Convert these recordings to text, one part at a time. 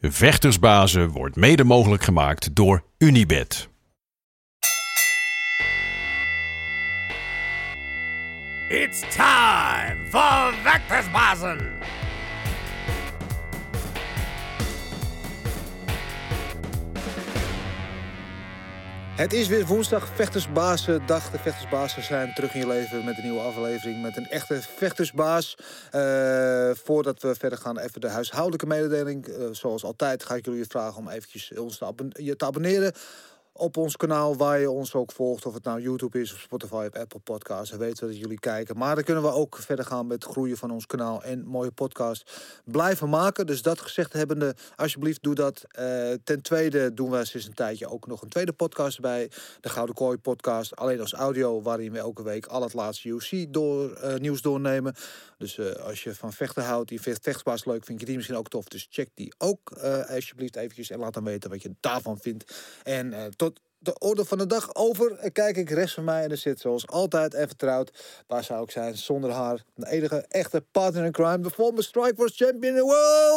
Vechtersbazen wordt mede mogelijk gemaakt door Unibet. It's time for Vechtersbazen! Het is weer woensdag, Vechtersbazendag. De Vechtersbazen zijn terug in je leven met een nieuwe aflevering. Met een echte Vechtersbaas. Voordat we verder gaan, even de huishoudelijke mededeling. Zoals altijd ga ik jullie vragen om eventjes ons te abonneren op ons kanaal, waar je ons ook volgt. Of het nou YouTube is of Spotify of Apple Podcasts. We weten dat jullie kijken. Maar dan kunnen we ook verder gaan met het groeien van ons kanaal en mooie podcast blijven maken. Dus dat gezegd hebbende, alsjeblieft doe dat. Ten tweede doen we sinds een tijdje ook nog een tweede podcast bij. De Gouden Kooi podcast. Alleen als audio, waarin we elke week al het laatste UFC nieuws doornemen. Dus als je van vechten houdt, die vechtsbaas leuk, vind je die misschien ook tof. Dus check die ook alsjeblieft eventjes en laat dan weten wat je daarvan vindt. En tot de orde van de dag over. Kijk ik rechts van mij en er zit zoals altijd en vertrouwd. Waar zou ik zijn zonder haar? De enige echte partner in crime. De former Strikeforce champion in the world.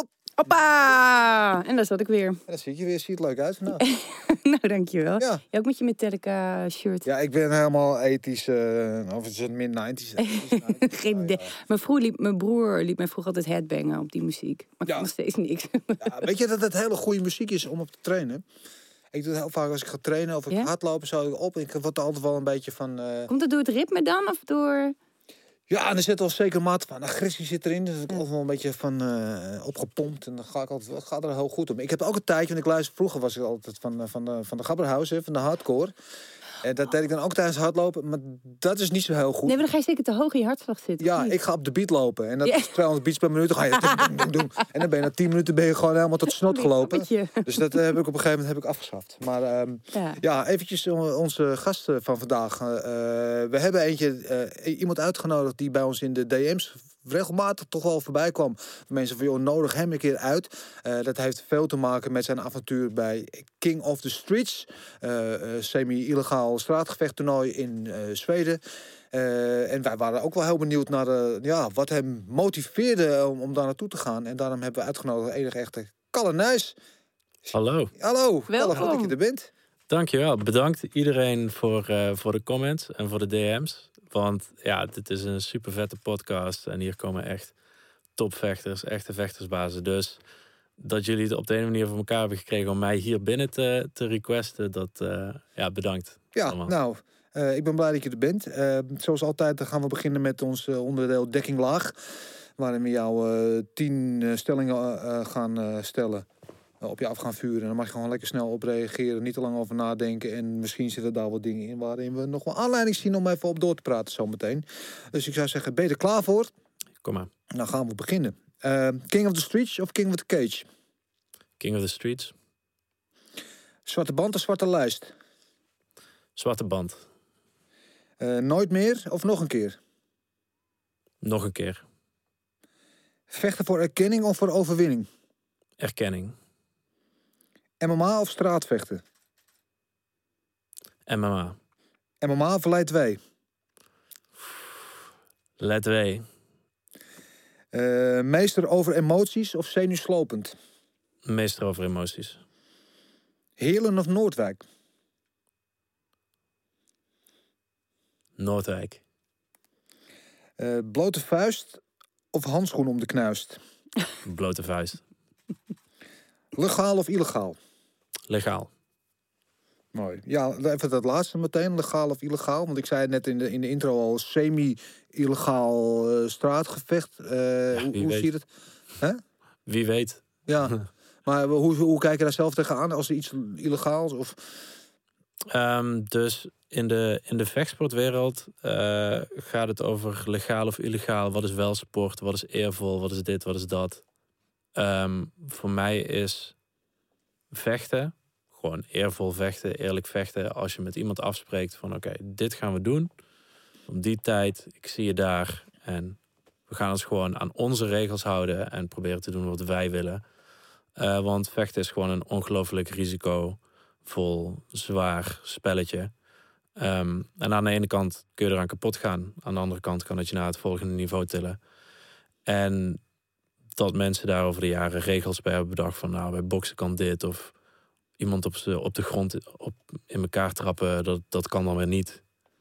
Hoppa! En daar zat ik weer. En dan zie je weer. Ziet het leuk uit vandaag. Nou, dankjewel. Ja. Je ook met je Metallica shirt. Ja, ik ben helemaal ethisch. Of het is een mid-90s. Geen idee. Mijn broer liet mij vroeger altijd headbangen op die muziek. Maar ik vond nog steeds niks. Ja, weet je dat het hele goede muziek is om op te trainen? Ik doe het heel vaak als ik ga trainen of ik hardlopen, zo op. Ik word er altijd wel een beetje van... Komt het door het ritme dan? Of door... Ja, en er zit wel zeker mate van agressie zit erin. Dus ik altijd wel een beetje van opgepompt. En dan gaat er heel goed om. Ik heb ook een tijdje, want ik luister... Vroeger was ik altijd van de Gabberhouse, van de hardcore. En dat deed ik dan ook tijdens hardlopen. Maar dat is niet zo heel goed. Nee, maar dan ga je zeker te hoog in je hartslag zitten. Ja, ik ga op de beat lopen. En dat is 200 beats per minuut. Dan ga je doen. En dan ben je na 10 minuten gewoon helemaal tot snot gelopen. Dus dat heb ik op een gegeven moment afgeschaft. Maar eventjes onze gasten van vandaag. We hebben iemand uitgenodigd die bij ons in de DM's regelmatig toch wel voorbij kwam. Mensen van, joh, nodig hem een keer uit. Dat heeft veel te maken met zijn avontuur bij King of the Streets. Semi-illegaal straatgevechttoernooi in Zweden. En wij waren ook wel heel benieuwd naar wat hem motiveerde om daar naartoe te gaan. En daarom hebben we uitgenodigd de enige echte Kalle Nuys. Hallo. Hallo. Welkom. Kalle, dat je er bent. Dankjewel. Bedankt iedereen voor de comments en voor de DM's. Want ja, dit is een super vette podcast. En hier komen echt topvechters, echte vechtersbazen. Dus dat jullie het op de ene manier voor elkaar hebben gekregen om mij hier binnen te requesten, bedankt. Ja, allemaal. nou, ik ben blij dat je er bent. Zoals altijd gaan we beginnen met ons onderdeel Dekking Laag. Waarin we jou 10 stellingen gaan stellen. Op je af gaan vuren. En dan mag je gewoon lekker snel op reageren. Niet te lang over nadenken. En misschien zitten daar wat dingen in waarin we nog wel aanleiding zien om even op door te praten zometeen. Dus ik zou zeggen, ben je er klaar voor? Kom maar. Dan gaan we beginnen. King of the Streets of King of the Cage? King of the Streets. Zwarte band of zwarte lijst? Zwarte band. Nooit meer of nog een keer? Nog een keer. Vechten voor erkenning of voor overwinning? Erkenning. MMA of straatvechten? MMA. MMA of Leidwee? Leidwee. Meester over emoties of zenuwslopend? Meester over emoties. Heerlen of Noordwijk? Noordwijk. Blote vuist of handschoen om de knuist? Blote vuist. Legaal of illegaal? Legaal. Mooi. Ja, even dat laatste meteen. Legaal of illegaal? Want ik zei het net in de intro al. Semi-illegaal straatgevecht. Hoe zie je het? Hè? Wie weet. Ja. Maar hoe kijk je daar zelf tegenaan? Als er iets illegaals of... Dus in de vechtsportwereld gaat het over legaal of illegaal. Wat is wel sport? Wat is eervol? Wat is dit? Wat is dat? Voor mij is vechten, gewoon eervol vechten, eerlijk vechten. Als je met iemand afspreekt van oké, dit gaan we doen. Om die tijd, ik zie je daar. En we gaan ons gewoon aan onze regels houden en proberen te doen wat wij willen. Want vechten is gewoon een ongelooflijk risicovol, zwaar spelletje. En aan de ene kant kun je eraan kapot gaan. Aan de andere kant kan het je naar het volgende niveau tillen. En dat mensen daar over de jaren regels bij hebben bedacht van nou, bij boksen kan dit of iemand op de grond in elkaar trappen, dat kan dan weer niet.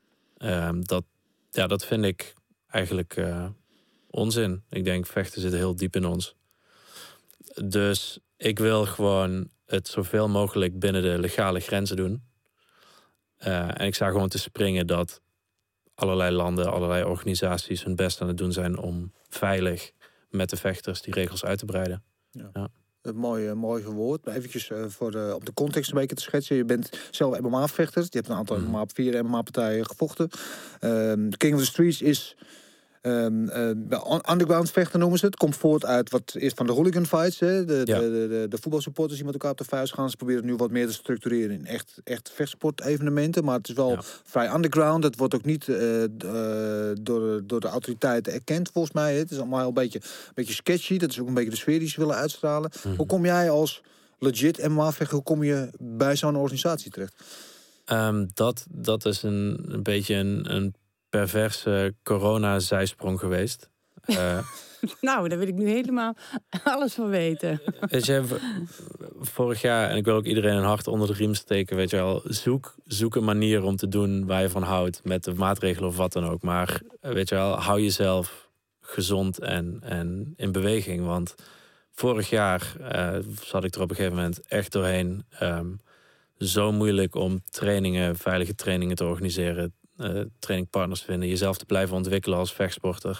Dat vind ik eigenlijk onzin. Ik denk vechten zit heel diep in ons. Dus ik wil gewoon het zoveel mogelijk binnen de legale grenzen doen. En ik sta gewoon te springen dat allerlei landen, allerlei organisaties hun best aan het doen zijn om veilig met de vechters die regels uit te breiden. Ja. Een mooi woord. Eventjes om de context een beetje te schetsen. Je bent zelf MMA-vechter. Je hebt een aantal MMA-partijen gevochten. King of the Streets is underground vechten noemen ze het. Komt voort uit wat is van de hooligan fights. Hè? De voetbalsupporters die met elkaar op de vuist gaan. Ze proberen het nu wat meer te structureren in echt vechtsport-evenementen. Maar het is wel vrij underground. Het wordt ook niet door de autoriteiten erkend volgens mij. Het is allemaal een beetje sketchy. Dat is ook een beetje de sfeer die ze willen uitstralen. Hoe kom jij als legit MMA-vechter, hoe kom je bij zo'n organisatie terecht? Dat is een beetje een perverse corona-zijsprong geweest. Nou, daar wil ik nu helemaal alles van weten. Weet je, vorig jaar, en ik wil ook iedereen een hart onder de riem steken, weet je wel, zoek een manier om te doen waar je van houdt, met de maatregelen of wat dan ook. Maar weet je wel, hou jezelf gezond en in beweging. Want vorig jaar zat ik er op een gegeven moment echt doorheen. Zo moeilijk om veilige trainingen te organiseren. Trainingpartners vinden, jezelf te blijven ontwikkelen als vechtsporter.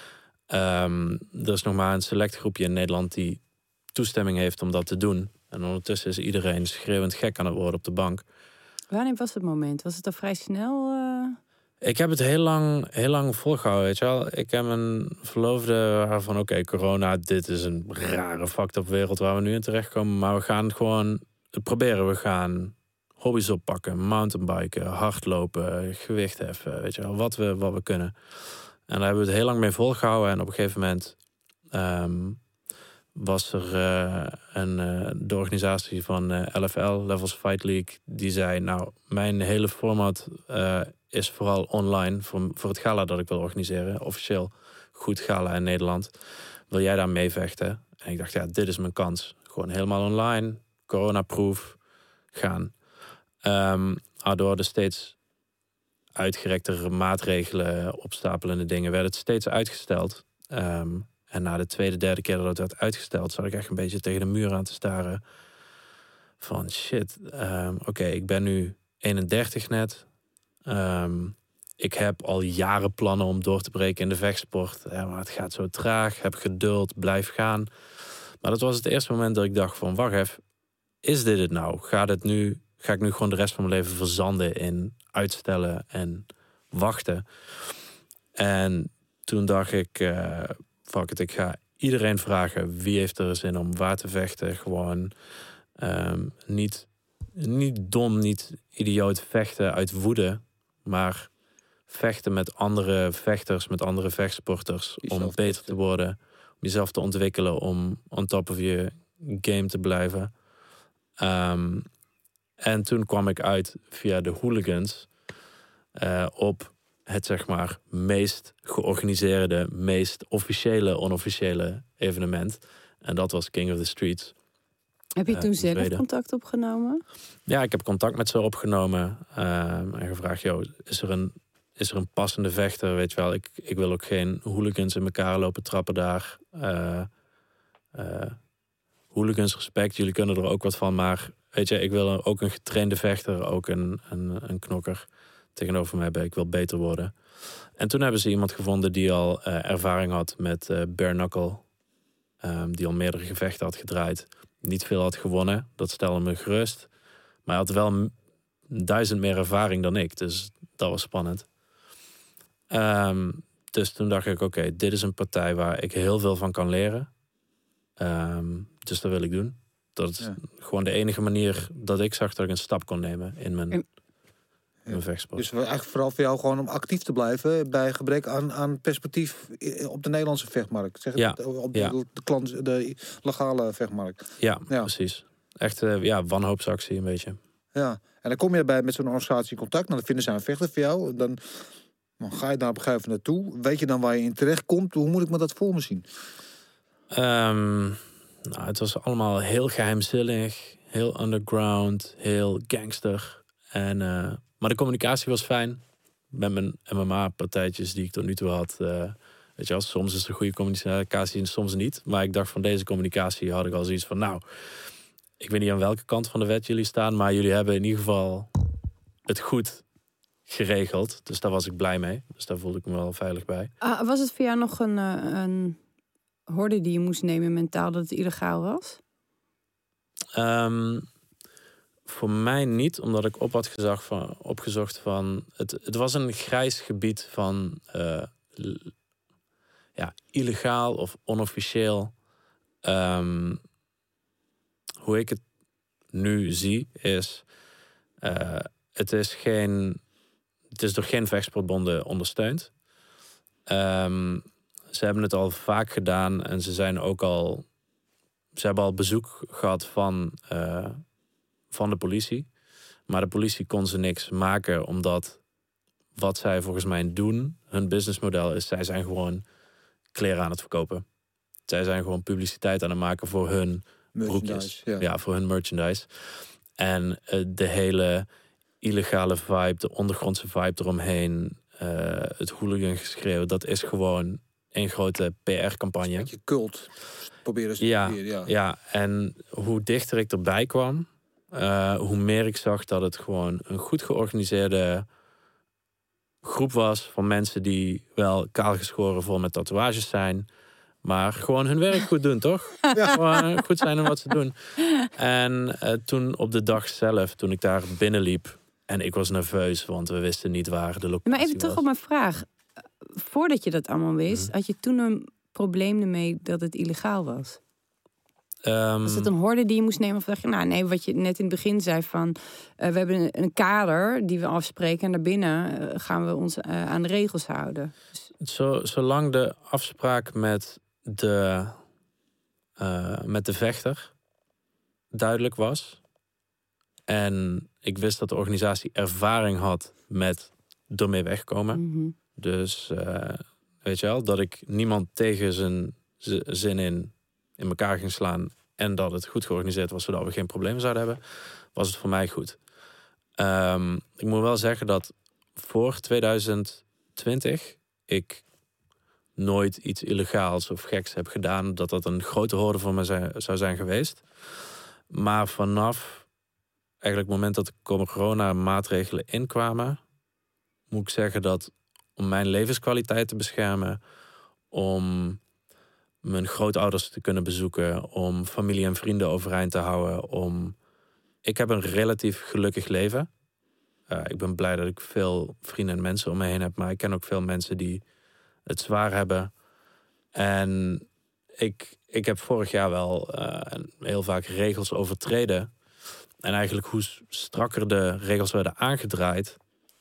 Er is nog maar een select groepje in Nederland die toestemming heeft om dat te doen. En ondertussen is iedereen schreeuwend gek aan het worden op de bank. Wanneer was het moment? Was het al vrij snel? Ik heb het heel lang volgehouden, weet je wel. Ik heb een verloofde waarvan, oké, corona, dit is een rare fucked up wereld waar we nu in terechtkomen. Maar we gaan gewoon het proberen. We gaan hobby's oppakken, mountainbiken, hardlopen, gewicht heffen, weet je wel, wat we kunnen. En daar hebben we het heel lang mee volgehouden. En op een gegeven moment was er de organisatie van LFL, Levels Fight League, die zei, nou, mijn hele format is vooral online voor het gala dat ik wil organiseren. Officieel goed gala in Nederland. Wil jij daar mee vechten? En ik dacht, ja, dit is mijn kans. Gewoon helemaal online, coronaproof, gaan. Door de steeds uitgerektere maatregelen, opstapelende dingen, werd het steeds uitgesteld. En na de tweede, derde keer dat het werd uitgesteld, zat ik echt een beetje tegen de muur aan te staren. Van shit, oké, ik ben nu 31 net. Ik heb al jaren plannen om door te breken in de vechtsport. Maar het gaat zo traag, heb geduld, blijf gaan. Maar dat was het eerste moment dat ik dacht van, wacht even, is dit het nou? Ga ik nu gewoon de rest van mijn leven verzanden in uitstellen en wachten? En toen dacht ik, fuck it, ik ga iedereen vragen wie heeft er zin om waar te vechten. Gewoon niet dom, niet idioot vechten uit woede, maar vechten met andere vechters, met andere vechtsporters, om beter te worden, om jezelf te ontwikkelen, om on top of je game te blijven. En toen kwam ik uit via de hooligans op het, zeg maar, meest georganiseerde, meest officiële, onofficiële evenement. En dat was King of the Streets. Heb je toen zelf contact opgenomen? Ja, ik heb contact met ze opgenomen en gevraagd, joh, is er een passende vechter? Weet je wel, ik wil ook geen hooligans in elkaar lopen trappen daar. Hooligans respect, jullie kunnen er ook wat van, maar weet je, ik wil ook een getrainde vechter, ook een knokker tegenover mij hebben. Ik wil beter worden. En toen hebben ze iemand gevonden die al ervaring had met bare knuckle. Die al meerdere gevechten had gedraaid. Niet veel had gewonnen, dat stelde me gerust. Maar hij had wel 1000 meer ervaring dan ik, dus dat was spannend. Dus toen dacht ik, oké, dit is een partij waar ik heel veel van kan leren. Dus dat wil ik doen. Dat is gewoon de enige manier dat ik zag dat ik een stap kon nemen in mijn vechtsport. Dus eigenlijk vooral voor jou gewoon om actief te blijven bij gebrek aan perspectief op de Nederlandse vechtmarkt. Zeg het, op de legale vechtmarkt. Ja, precies. Echt wanhoopsactie een beetje. Ja, en dan kom je met zo'n organisatie in contact. Nou, dan vinden zij een vechter voor jou. Dan ga je daar op een gegeven moment naartoe. Weet je dan waar je in terecht komt? Hoe moet ik me dat voor me zien? Nou, het was allemaal heel geheimzinnig, heel underground, heel gangster. Maar de communicatie was fijn. Met mijn MMA-partijtjes die ik tot nu toe had. Weet je wel, soms is er goede communicatie en soms niet. Maar ik dacht van deze communicatie had ik al zoiets van... Nou, ik weet niet aan welke kant van de wet jullie staan... maar jullie hebben in ieder geval het goed geregeld. Dus daar was ik blij mee. Dus daar voelde ik me wel veilig bij. Was het voor jou nog een horde die je moest nemen mentaal dat het illegaal was? Voor mij niet, omdat ik opgezocht van... Het was een grijs gebied van illegaal of onofficieel. Hoe ik het nu zie is... Het is door geen vechtsportbonden ondersteund. Ze hebben het al vaak gedaan en ze hebben al bezoek gehad van de politie. Maar de politie kon ze niks maken, omdat wat zij volgens mij doen, hun businessmodel is, zij zijn gewoon kleren aan het verkopen. Zij zijn gewoon publiciteit aan het maken voor hun broekjes. Ja, voor hun merchandise. En de hele illegale vibe, de ondergrondse vibe eromheen, het hooligan geschreeuw, dat is gewoon een grote PR-campagne. Een beetje cult. Proberen ze ja, en hoe dichter ik erbij kwam, hoe meer ik zag dat het gewoon een goed georganiseerde groep was van mensen die wel kaalgeschoren vol met tatoeages zijn, maar gewoon hun werk goed doen, toch? Gewoon goed zijn in wat ze doen. En toen op de dag zelf, toen ik daar binnenliep, en ik was nerveus, want we wisten niet waar de locatie was. Maar even terug op mijn vraag. Voordat je dat allemaal wist, had je toen een probleem ermee dat het illegaal was? Was het een horde die je moest nemen? Of dacht je, nou nee, wat je net in het begin zei van... we hebben een kader die we afspreken en daarbinnen gaan we ons aan de regels houden. Zolang de afspraak met de vechter duidelijk was... en ik wist dat de organisatie ervaring had met ermee wegkomen... Mm-hmm. Dus weet je wel, dat ik niemand tegen zijn zin in elkaar ging slaan... en dat het goed georganiseerd was, zodat we geen problemen zouden hebben... was het voor mij goed. Ik moet wel zeggen dat voor 2020... ik nooit iets illegaals of geks heb gedaan... dat een grote horde voor me zou zijn geweest. Maar vanaf eigenlijk het moment dat de corona-maatregelen inkwamen... moet ik zeggen dat... om mijn levenskwaliteit te beschermen, om mijn grootouders te kunnen bezoeken, om familie en vrienden overeind te houden. Ik heb een relatief gelukkig leven. Ik ben blij dat ik veel vrienden en mensen om me heen heb, maar ik ken ook veel mensen die het zwaar hebben. En ik heb vorig jaar wel heel vaak regels overtreden. En eigenlijk hoe strakker de regels werden aangedraaid...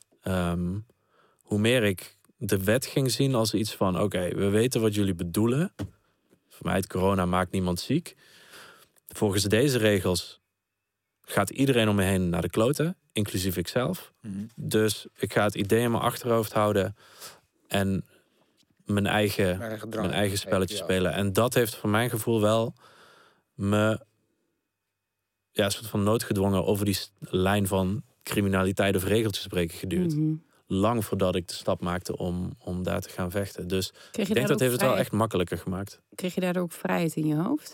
hoe meer ik de wet ging zien als iets van... oké, we weten wat jullie bedoelen. Voor mij, het corona maakt niemand ziek. Volgens deze regels gaat iedereen om me heen naar de kloten. Inclusief ikzelf. Mm-hmm. Dus ik ga het idee in mijn achterhoofd houden... en mijn eigen spelletje spelen. En dat heeft voor mijn gevoel wel me... een soort van noodgedwongen over die lijn van criminaliteit of regeltjes breken geduurd. Mm-hmm. Lang voordat ik de stap maakte om daar te gaan vechten. Dus ik denk dat heeft het wel echt makkelijker gemaakt. Kreeg je daardoor ook vrijheid in je hoofd?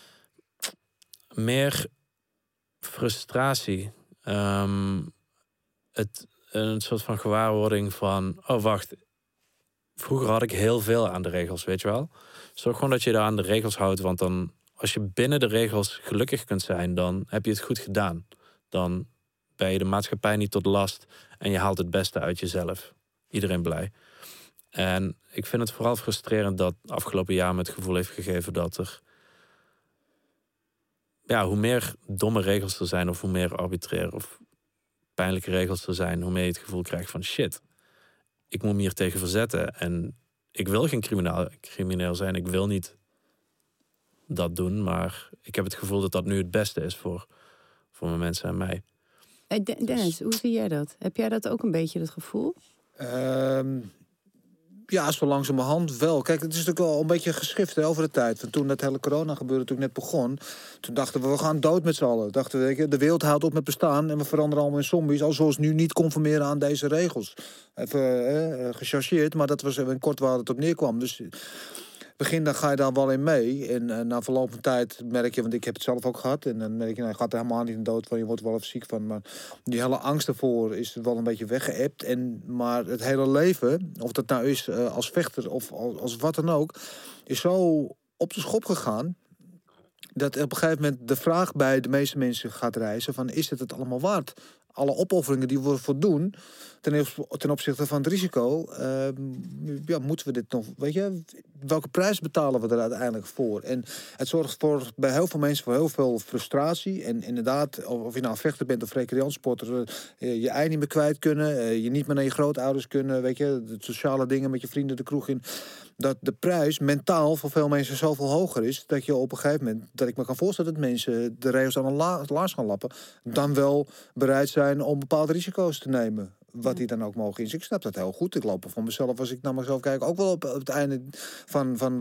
Meer frustratie. Een soort van gewaarwording van... oh, wacht. Vroeger had ik heel veel aan de regels, weet je wel. Zorg gewoon dat je daar aan de regels houdt. Want dan, als je binnen de regels gelukkig kunt zijn... dan heb je het goed gedaan. Dan ben je de maatschappij niet tot last... en je haalt het beste uit jezelf. Iedereen blij. En ik vind het vooral frustrerend dat afgelopen jaar me het gevoel heeft gegeven dat er... hoe meer domme regels er zijn of hoe meer arbitrair of pijnlijke regels er zijn... hoe meer je het gevoel krijgt van shit, ik moet me hier tegen verzetten. En ik wil geen crimineel zijn, ik wil niet dat doen... maar ik heb het gevoel dat dat nu het beste is voor mijn mensen en mij. Dennis, hoe zie jij dat? Heb jij dat ook een beetje, dat gevoel? Ja, zo langzamerhand wel. Kijk, het is natuurlijk al een beetje geschift over de tijd. Van toen dat hele corona gebeurde, toen net begon. Toen dachten we gaan dood met z'n allen. Dachten we, de wereld houdt op met bestaan en we veranderen allemaal in zombies. Al zoals nu niet conformeren aan deze regels. Even gechargeerd, maar dat was even kort waar het op neerkwam. Dus begin, dan ga je daar wel in mee. En na verloop van tijd merk je, want ik heb het zelf ook gehad. En dan merk je, je gaat er helemaal niet in dood van. Je wordt er wel even ziek van. Maar die hele angst ervoor is wel een beetje weggeëpt. Maar het hele leven, of dat nou is als vechter of als wat dan ook, is zo op de schop gegaan. Dat op een gegeven moment de vraag bij de meeste mensen gaat reizen van, is het allemaal waard? Alle opofferingen die we voor doen ten opzichte van het risico, moeten we dit nog, weet je, welke prijs betalen we er uiteindelijk voor? En het zorgt voor bij heel veel mensen voor heel veel frustratie. En inderdaad, of je nou een vechter bent of recreantiesporter, je ei niet meer kwijt kunnen, je niet meer naar je grootouders kunnen, weet je, de sociale dingen met je vrienden de kroeg in. Dat de prijs mentaal voor veel mensen zoveel hoger is, dat je op een gegeven moment, dat ik me kan voorstellen dat mensen de regels aan een laars gaan lappen, dan wel bereid zijn om bepaalde risico's te nemen. Wat die dan ook mogen in. Ik snap dat heel goed. Ik loop er voor mezelf, als ik naar mezelf kijk, ook wel op het einde van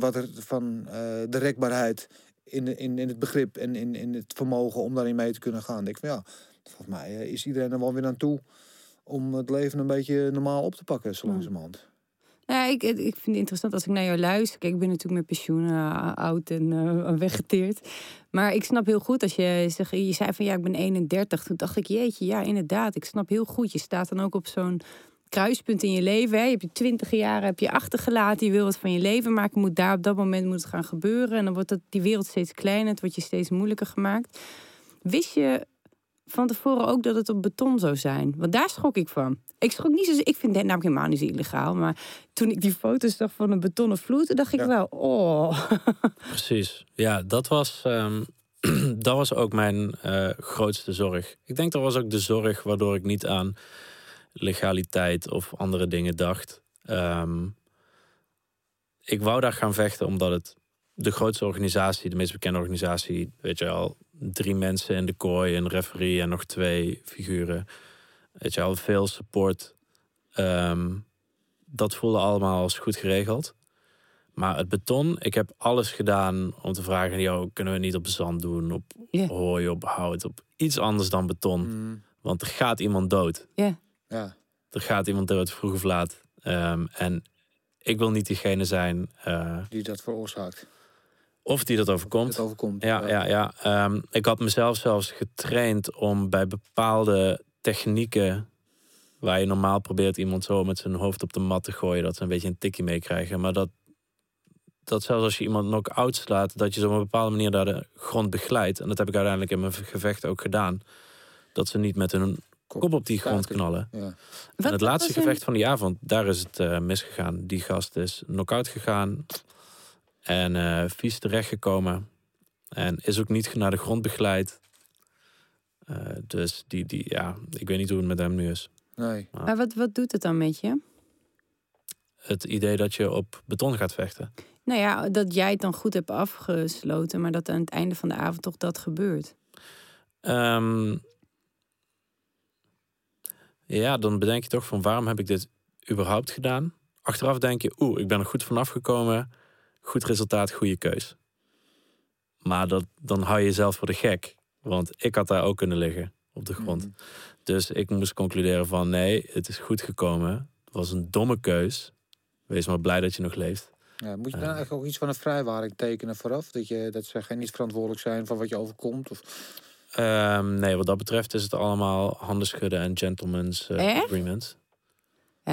de rekbaarheid in het begrip en in het vermogen om daarin mee te kunnen gaan. Ik denk van ja, volgens mij is iedereen er wel weer aan toe om het leven een beetje normaal op te pakken, zo langzamerhand. Ja, ik vind het interessant als ik naar jou luister. Kijk, ik ben natuurlijk met pensioen oud en weggeteerd. Maar ik snap heel goed als je zegt, je zei van ja, ik ben 31. Toen dacht ik, jeetje, ja, inderdaad. Ik snap heel goed. Je staat dan ook op zo'n kruispunt in je leven. Hè. Je hebt je 20 jaar heb je achtergelaten. Je wil wat van je leven maken. Moet daar op dat moment moet het gaan gebeuren. En dan wordt die wereld steeds kleiner. Het wordt je steeds moeilijker gemaakt. Wist je van tevoren ook dat het op beton zou zijn? Want daar schrok ik van. Ik schrok niet zo. Ik vind het namelijk helemaal niet zo illegaal. Maar toen ik die foto's zag van een betonnen vloer, toen dacht ik wel, oh. Precies. Ja, dat was ook mijn grootste zorg. Ik denk dat was ook de zorg waardoor ik niet aan legaliteit of andere dingen dacht. Ik wou daar gaan vechten omdat het de grootste organisatie, de meest bekende organisatie, weet je al, 3 mensen in de kooi, een referee en nog 2 figuren. Weet je al, veel support. Dat voelde allemaal als goed geregeld. Maar het beton, ik heb alles gedaan om te vragen, joh, kunnen we niet op zand doen, op hooi, op hout, op iets anders dan beton. Want er gaat iemand dood. Ja. Er gaat iemand dood, vroeg of laat. En ik wil niet diegene zijn die dat veroorzaakt. Of die dat overkomt. Het overkomt. Ja. Ik had mezelf zelfs getraind om bij bepaalde technieken, waar je normaal probeert iemand zo met zijn hoofd op de mat te gooien, dat ze een beetje een tikkie meekrijgen. Maar dat zelfs als je iemand knock-out slaat, dat je zo op een bepaalde manier daar de grond begeleidt. En dat heb ik uiteindelijk in mijn gevecht ook gedaan. Dat ze niet met hun kop op die grond knallen. Ja. En het laatste gevecht van die avond, daar is het misgegaan. Die gast is knock-out gegaan en vies terechtgekomen. En is ook niet naar de grond begeleid. Dus ik weet niet hoe het met hem nu is. Nee. Maar wat doet het dan met je? Het idee dat je op beton gaat vechten. Nou ja, dat jij het dan goed hebt afgesloten, maar dat aan het einde van de avond toch dat gebeurt. Ja, dan bedenk je toch van waarom heb ik dit überhaupt gedaan? Achteraf denk je, ik ben er goed vanaf gekomen. Goed resultaat, goede keus. Maar dan hou je jezelf voor de gek. Want ik had daar ook kunnen liggen op de grond. Dus ik moest concluderen van nee, het is goed gekomen. Het was een domme keus. Wees maar blij dat je nog leeft. Ja, moet je dan eigenlijk ook iets van een vrijwaring tekenen vooraf? Dat ze niet verantwoordelijk zijn voor wat je overkomt? Of... Nee, wat dat betreft is het allemaal handen schudden en gentleman's agreement. Ja,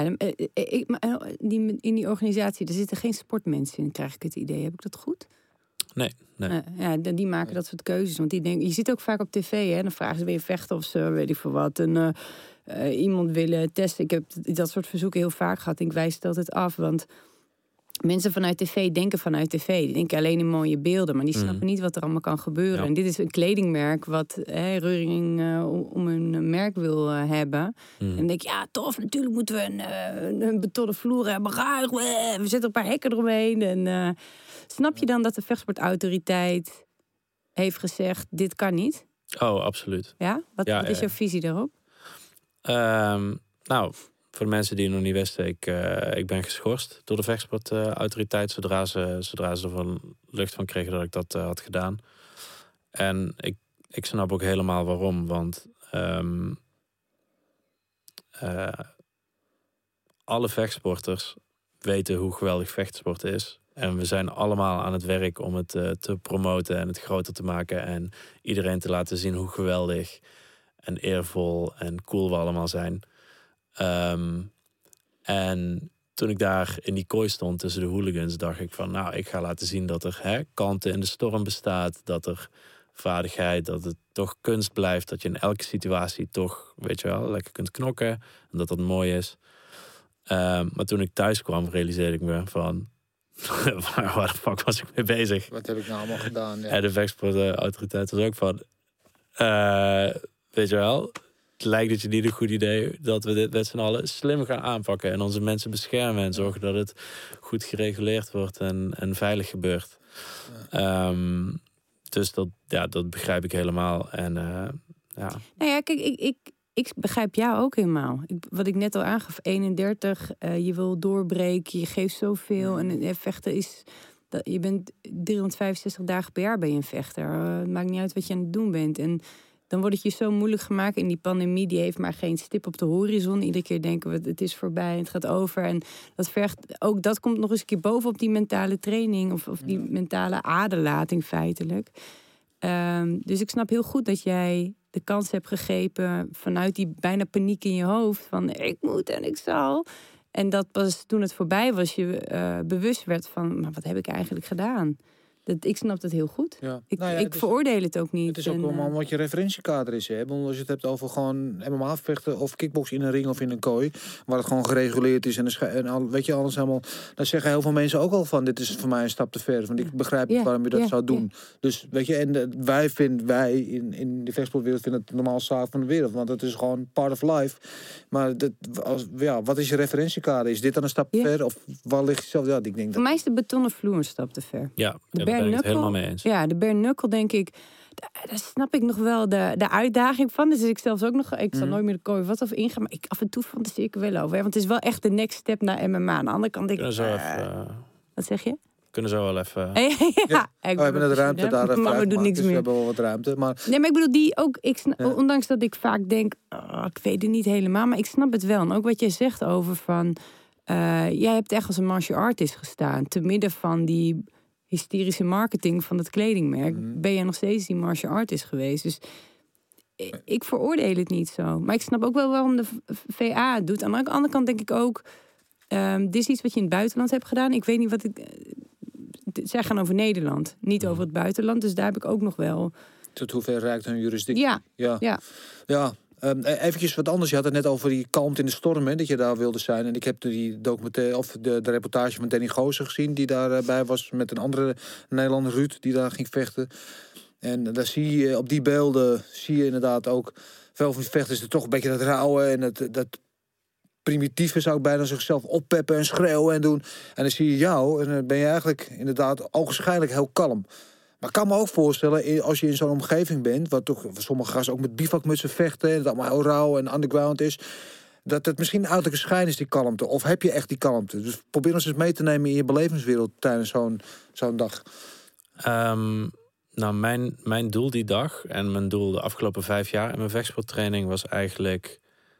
in die organisatie, er zitten geen sportmensen in, krijg ik het idee. Heb ik dat goed? Nee. Die maken dat soort keuzes. Want die denken, je zit ook vaak op tv, hè? Dan vragen ze, wil je vechten of ze, weet ik veel wat. En iemand willen testen. Ik heb dat soort verzoeken heel vaak gehad. En ik wijs het altijd af, want mensen vanuit tv denken vanuit tv. Die denken alleen in mooie beelden, maar die snappen niet wat er allemaal kan gebeuren. Ja. En dit is een kledingmerk wat Reuring om een merk wil hebben. En dan denk ik, ja, tof, natuurlijk moeten we een betonnen vloer hebben. We zetten een paar hekken eromheen. En snap je dan dat de vechtsportautoriteit heeft gezegd, dit kan niet? Oh, absoluut. Ja? Wat is jouw visie daarop? Nou, Voor de mensen die het nog niet wisten, ik ben geschorst door de vechtsportautoriteit zodra ze ervan lucht van kregen dat ik dat had gedaan. En ik snap ook helemaal waarom, want alle vechtsporters weten hoe geweldig vechtsport is. En we zijn allemaal aan het werk om het te promoten en het groter te maken. En iedereen te laten zien hoe geweldig en eervol en cool we allemaal zijn. En toen ik daar in die kooi stond tussen de hooligans, dacht ik van, nou, ik ga laten zien dat er kalmte in de storm bestaat. Dat er vaardigheid, dat het toch kunst blijft. Dat je in elke situatie toch, weet je wel, lekker kunt knokken. En dat dat mooi is. Maar toen ik thuis kwam, realiseerde ik me van, waar de fuck was ik mee bezig? Wat heb ik nou allemaal gedaan? Ja. En de vechtsportautoriteit was ook van, weet je wel, het lijkt dat je niet een goed idee dat we dit met z'n allen slim gaan aanpakken en onze mensen beschermen en zorgen dat het goed gereguleerd wordt en veilig gebeurt. Ja. Dus dat begrijp ik helemaal. En ja. Nou ja, kijk, ik begrijp jou ook helemaal. Wat ik net al aangaf, 31, je wil doorbreken, je geeft zoveel. En vechten is, je bent 365 dagen per jaar ben je een vechter. Het maakt niet uit wat je aan het doen bent. En dan wordt het je zo moeilijk gemaakt. En die pandemie, die heeft maar geen stip op de horizon. Iedere keer denken we, het is voorbij en het gaat over. En dat vergt, ook dat komt nog eens een keer bovenop die mentale training. Of die mentale aderlating feitelijk. Dus ik snap heel goed dat jij de kans hebt gegrepen vanuit die bijna paniek in je hoofd. Van ik moet en ik zal. En dat pas toen het voorbij was, je bewust werd van, maar wat heb ik eigenlijk gedaan? Ik snap dat heel goed. Ja. Ik veroordeel het ook niet. Het is ook allemaal wat je referentiekader is. Hè? Als je het hebt over gewoon MMA vechten of kickboksen in een ring of in een kooi, waar het gewoon gereguleerd is en weet je, alles helemaal. Dan zeggen heel veel mensen ook al van, dit is voor mij een stap te ver. Want ik begrijp niet waarom je dat zou doen. Ja. Dus weet je, en wij in de vechtsportwereld vinden het de normaalste zaak van de wereld. Want het is gewoon part of life. Maar wat is je referentiekader? Is dit dan een stap te ver? Of waar ligt je zelf? Ja, ik denk voor mij is de betonnen vloer een stap te ver. Ja, daar ben ik het helemaal mee eens. Ja, de bare knuckle denk ik, daar snap ik nog wel de uitdaging van. Dus ik zelfs ook nog, ik zal nooit meer de kooi wat of ingaan, maar af en toe fantaseer ik er wel over. Hè? Want het is wel echt de next step naar MMA. Aan de andere kant denk ik, wat zeg je? Kunnen zo wel even. We hebben net ruimte daar. Maar we doen niks meer. We hebben wel wat ruimte. Maar nee, maar ik bedoel die ook. Ondanks dat ik vaak denk, ik weet het niet helemaal, maar ik snap het wel. En ook wat jij zegt over van, jij hebt echt als een martial artist gestaan, te midden van die hysterische marketing van het kledingmerk. Ben je nog steeds die martial artist geweest? Dus ik veroordeel het niet zo. Maar ik snap ook wel waarom de VA het doet. Aan de andere kant denk ik ook, dit is iets wat je in het buitenland hebt gedaan. Ik weet niet wat zij gaan over Nederland, niet over het buitenland. Dus daar heb ik ook nog wel. Tot hoever reikt hun jurisdictie? Ja. Eventjes wat anders. Je had het net over die kalmte in de storm, hè, dat je daar wilde zijn. En ik heb die documentaire of de reportage van Danny Goosen gezien, die daarbij was met een andere Nederlander, Ruud, die daar ging vechten. En daar zie je op die beelden inderdaad ook veel van die vechters er toch een beetje dat rauwe en dat primitieve, zou ik bijna zichzelf oppeppen en schreeuwen en doen. En dan zie je jou en dan ben je eigenlijk inderdaad ogenschijnlijk heel kalm. Maar ik kan me ook voorstellen, als je in zo'n omgeving bent, wat toch sommige gasten ook met bivakmutsen vechten, en dat allemaal heel rauw en underground is, dat het misschien uiterlijke schijn is, die kalmte. Of heb je echt die kalmte? Dus probeer ons eens mee te nemen in je belevingswereld tijdens zo'n dag. Nou, mijn doel die dag en mijn doel de afgelopen 5 jaar in mijn vechtsporttraining was eigenlijk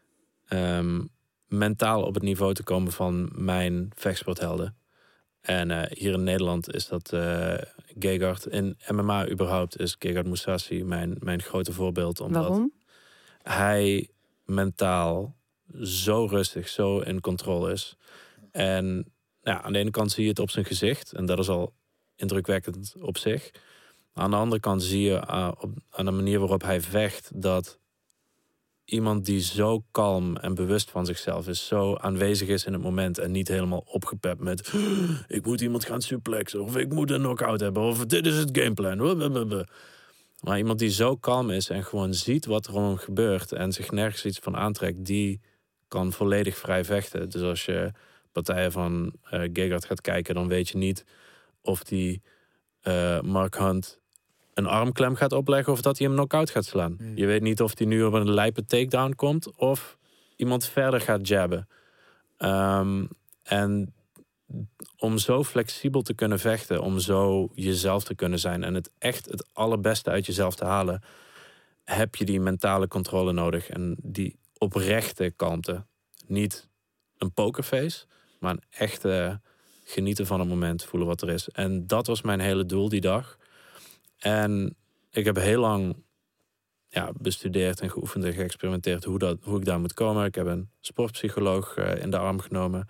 mentaal op het niveau te komen van mijn vechtsporthelden. En hier in Nederland is dat Gegard. In MMA überhaupt is Gegard Mousasi mijn grote voorbeeld. Omdat waarom? Hij mentaal zo rustig, zo in controle is. En aan de ene kant zie je het op zijn gezicht. En dat is al indrukwekkend op zich. Aan de andere kant zie je aan de manier waarop hij vecht, dat iemand die zo kalm en bewust van zichzelf is, zo aanwezig is in het moment en niet helemaal opgepept met ik moet iemand gaan suplexen of ik moet een knockout hebben of dit is het gameplan. Maar iemand die zo kalm is en gewoon ziet wat er om hem gebeurt en zich nergens iets van aantrekt, die kan volledig vrij vechten. Dus als je partijen van Gegard gaat kijken, dan weet je niet of die Mark Hunt een armklem gaat opleggen of dat hij hem knock-out gaat slaan. Je weet niet of hij nu op een lijpe takedown komt of iemand verder gaat jabben. En om zo flexibel te kunnen vechten, om zo jezelf te kunnen zijn en het allerbeste uit jezelf te halen, heb je die mentale controle nodig en die oprechte kalmte. Niet een pokerface, maar een echte genieten van het moment, voelen wat er is. En dat was mijn hele doel die dag. En ik heb heel lang bestudeerd en geoefend en geëxperimenteerd hoe ik daar moet komen. Ik heb een sportpsycholoog in de arm genomen.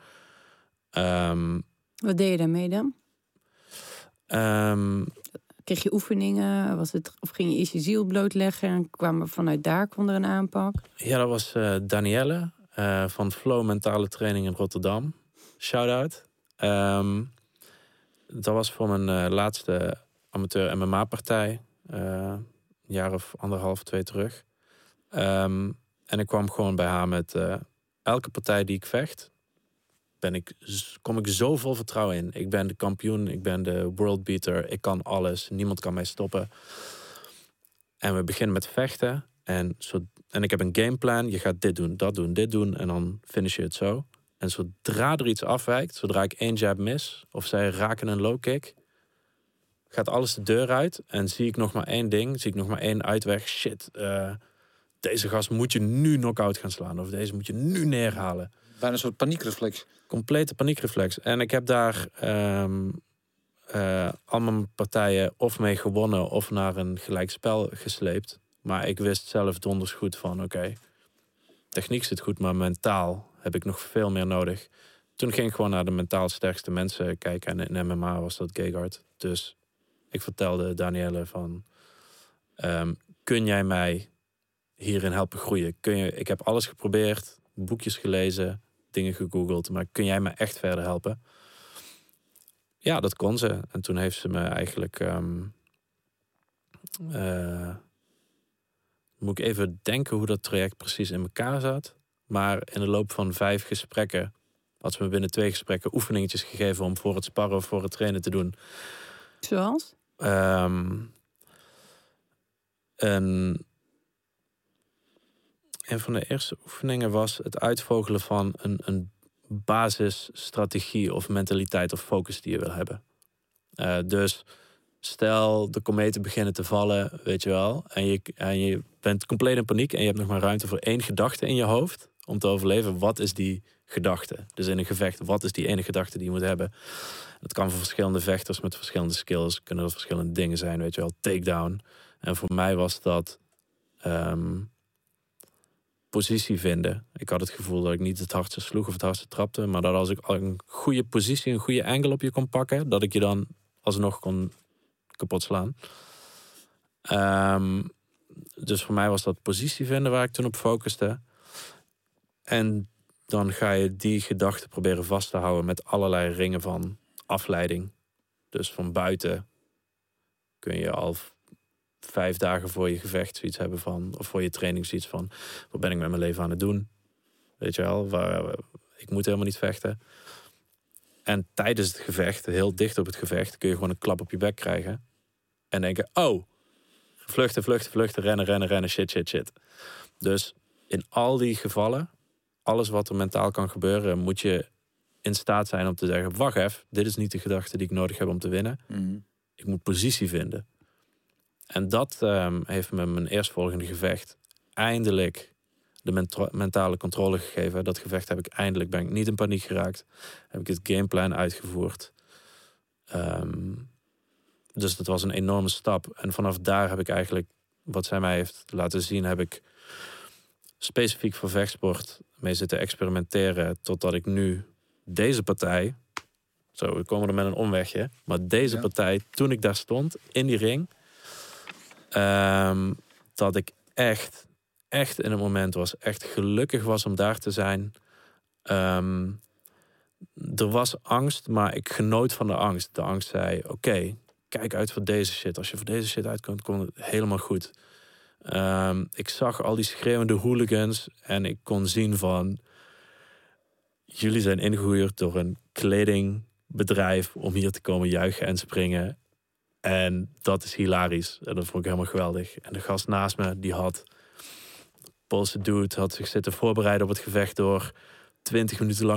Wat deed je daarmee dan? Kreeg je oefeningen? Of ging je eerst je ziel blootleggen en vanuit daar kwam er een aanpak? Ja, dat was Danielle van Flow Mentale Training in Rotterdam. Shout-out. Dat was voor mijn laatste amateur MMA-partij. Een jaar of 1,5, 2 terug. En ik kwam gewoon bij haar met elke partij die ik vecht, kom ik zo vol vertrouwen in. Ik ben de kampioen, ik ben de worldbeater, ik kan alles, niemand kan mij stoppen. En we beginnen met vechten. En ik heb een gameplan, je gaat dit doen, dat doen, dit doen en dan finish je het zo. En zodra er iets afwijkt, zodra ik 1 jab mis of zij raken een low kick, gaat alles de deur uit en zie ik nog maar 1 ding, zie ik nog maar 1 uitweg. Shit, deze gast moet je nu knock-out gaan slaan of deze moet je nu neerhalen. Bijna een soort paniekreflex. Complete paniekreflex. En ik heb daar al mijn partijen of mee gewonnen of naar een gelijkspel gesleept. Maar ik wist zelf donders goed van oké, techniek zit goed, maar mentaal heb ik nog veel meer nodig. Toen ging ik gewoon naar de mentaal sterkste mensen kijken. En in MMA was dat Gegard. Dus ik vertelde Danielle van, kun jij mij hierin helpen groeien? Ik heb alles geprobeerd, boekjes gelezen, dingen gegoogeld, maar kun jij me echt verder helpen? Ja, dat kon ze. En toen heeft ze me eigenlijk moet ik even denken hoe dat traject precies in elkaar zat. Maar in de loop van 5 gesprekken had ze me binnen 2 gesprekken oefeningetjes gegeven om voor het sparren of voor het trainen te doen. Zoals? Een van de eerste oefeningen was het uitvogelen van een basisstrategie of mentaliteit of focus die je wil hebben. Dus stel de kometen beginnen te vallen, weet je wel, en je bent compleet in paniek en je hebt nog maar ruimte voor 1 gedachte in je hoofd om te overleven. Wat is die gedachte? Dus in een gevecht, wat is die ene gedachte die je moet hebben? Dat kan voor verschillende vechters met verschillende skills, kunnen dat verschillende dingen zijn, weet je wel, takedown. En voor mij was dat positie vinden. Ik had het gevoel dat ik niet het hardste sloeg of het hardste trapte, maar dat als ik een goede positie, een goede angle op je kon pakken, dat ik je dan alsnog kon kapot slaan. Dus voor mij was dat positie vinden waar ik toen op focuste. En dan ga je die gedachte proberen vast te houden met allerlei ringen van afleiding. Dus van buiten kun je al 5 dagen voor je gevecht zoiets hebben van, of voor je training zoiets van, wat ben ik met mijn leven aan het doen? Weet je wel, ik moet helemaal niet vechten. En tijdens het gevecht, heel dicht op het gevecht, kun je gewoon een klap op je bek krijgen. En denken, oh, vluchten, rennen, shit. Dus in al die gevallen, alles wat er mentaal kan gebeuren, moet je in staat zijn om te zeggen, wacht even, dit is niet de gedachte die ik nodig heb om te winnen. Mm. Ik moet positie vinden. En dat heeft me mijn eerstvolgende gevecht eindelijk de mentale controle gegeven. Dat gevecht ben ik niet in paniek geraakt. Heb ik het gameplan uitgevoerd. Dus dat was een enorme stap. En vanaf daar heb ik eigenlijk, wat zij mij heeft laten zien, heb ik specifiek voor vechtsport mee zitten experimenteren. Totdat ik nu deze partij, zo, we komen er met een omwegje, maar deze partij, toen ik daar stond, in die ring, dat ik echt in een moment was, echt gelukkig was om daar te zijn. Er was angst, maar ik genoot van de angst. De angst zei, oké, kijk uit voor deze shit. Als je voor deze shit uitkomt, komt het helemaal goed. Ik zag al die schreeuwende hooligans en ik kon zien van, jullie zijn ingehuurd door een kledingbedrijf om hier te komen juichen en springen. En dat is hilarisch. En dat vond ik helemaal geweldig. En de gast naast me, die Poolse dude, had zich zitten voorbereiden op het gevecht door 20 minuten lang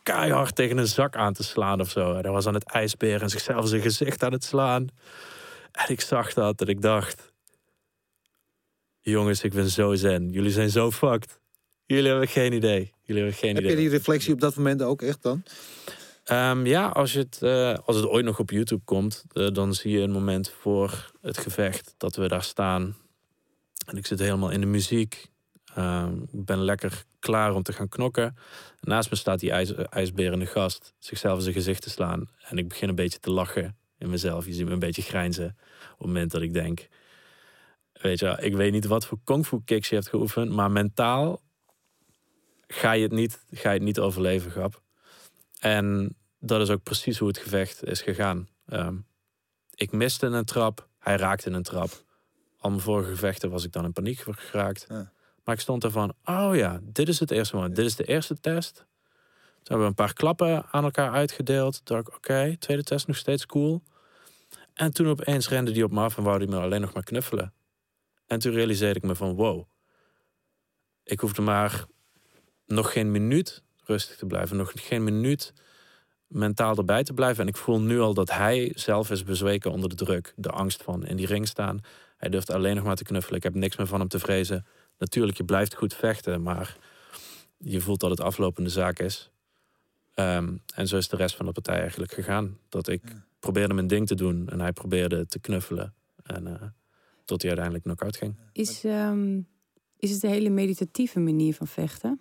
keihard tegen een zak aan te slaan of zo. Hij was aan het ijsberen en zichzelf zijn gezicht aan het slaan. En ik zag dat en ik dacht... Jongens, ik ben zo zen. Jullie zijn zo fucked. Jullie hebben geen idee. Heb je die reflectie op dat moment ook echt dan? Ja, als het ooit nog op YouTube komt... dan zie je een moment voor het gevecht dat we daar staan. En ik zit helemaal in de muziek. Ik ben lekker klaar om te gaan knokken. Naast me staat die ijsberende gast zichzelf in zijn gezicht te slaan. En ik begin een beetje te lachen in mezelf. Je ziet me een beetje grijnzen op het moment dat ik denk... Weet je, ik weet niet wat voor kung fu kicks je hebt geoefend... maar mentaal ga je het niet overleven, grap. En dat is ook precies hoe het gevecht is gegaan. Ik miste een trap, hij raakte een trap. Al mijn vorige gevechten was ik dan in paniek geraakt. Ja. Maar ik stond ervan, oh ja, dit is het eerste moment. Dit is de eerste test. Toen hebben we een paar klappen aan elkaar uitgedeeld. Toen dacht ik, oké, tweede test nog steeds cool. En toen opeens rende die op me af en wou die me alleen nog maar knuffelen. En toen realiseerde ik me van, wow. Ik hoefde maar nog geen minuut rustig te blijven. Nog geen minuut mentaal erbij te blijven. En ik voel nu al dat hij zelf is bezweken onder de druk. De angst van in die ring staan. Hij durft alleen nog maar te knuffelen. Ik heb niks meer van hem te vrezen. Natuurlijk, je blijft goed vechten. Maar je voelt dat het aflopende zaak is. En zo is de rest van de partij eigenlijk gegaan. Dat ik probeerde mijn ding te doen. En hij probeerde te knuffelen. En tot hij uiteindelijk knock-out ging. Is het een hele meditatieve manier van vechten?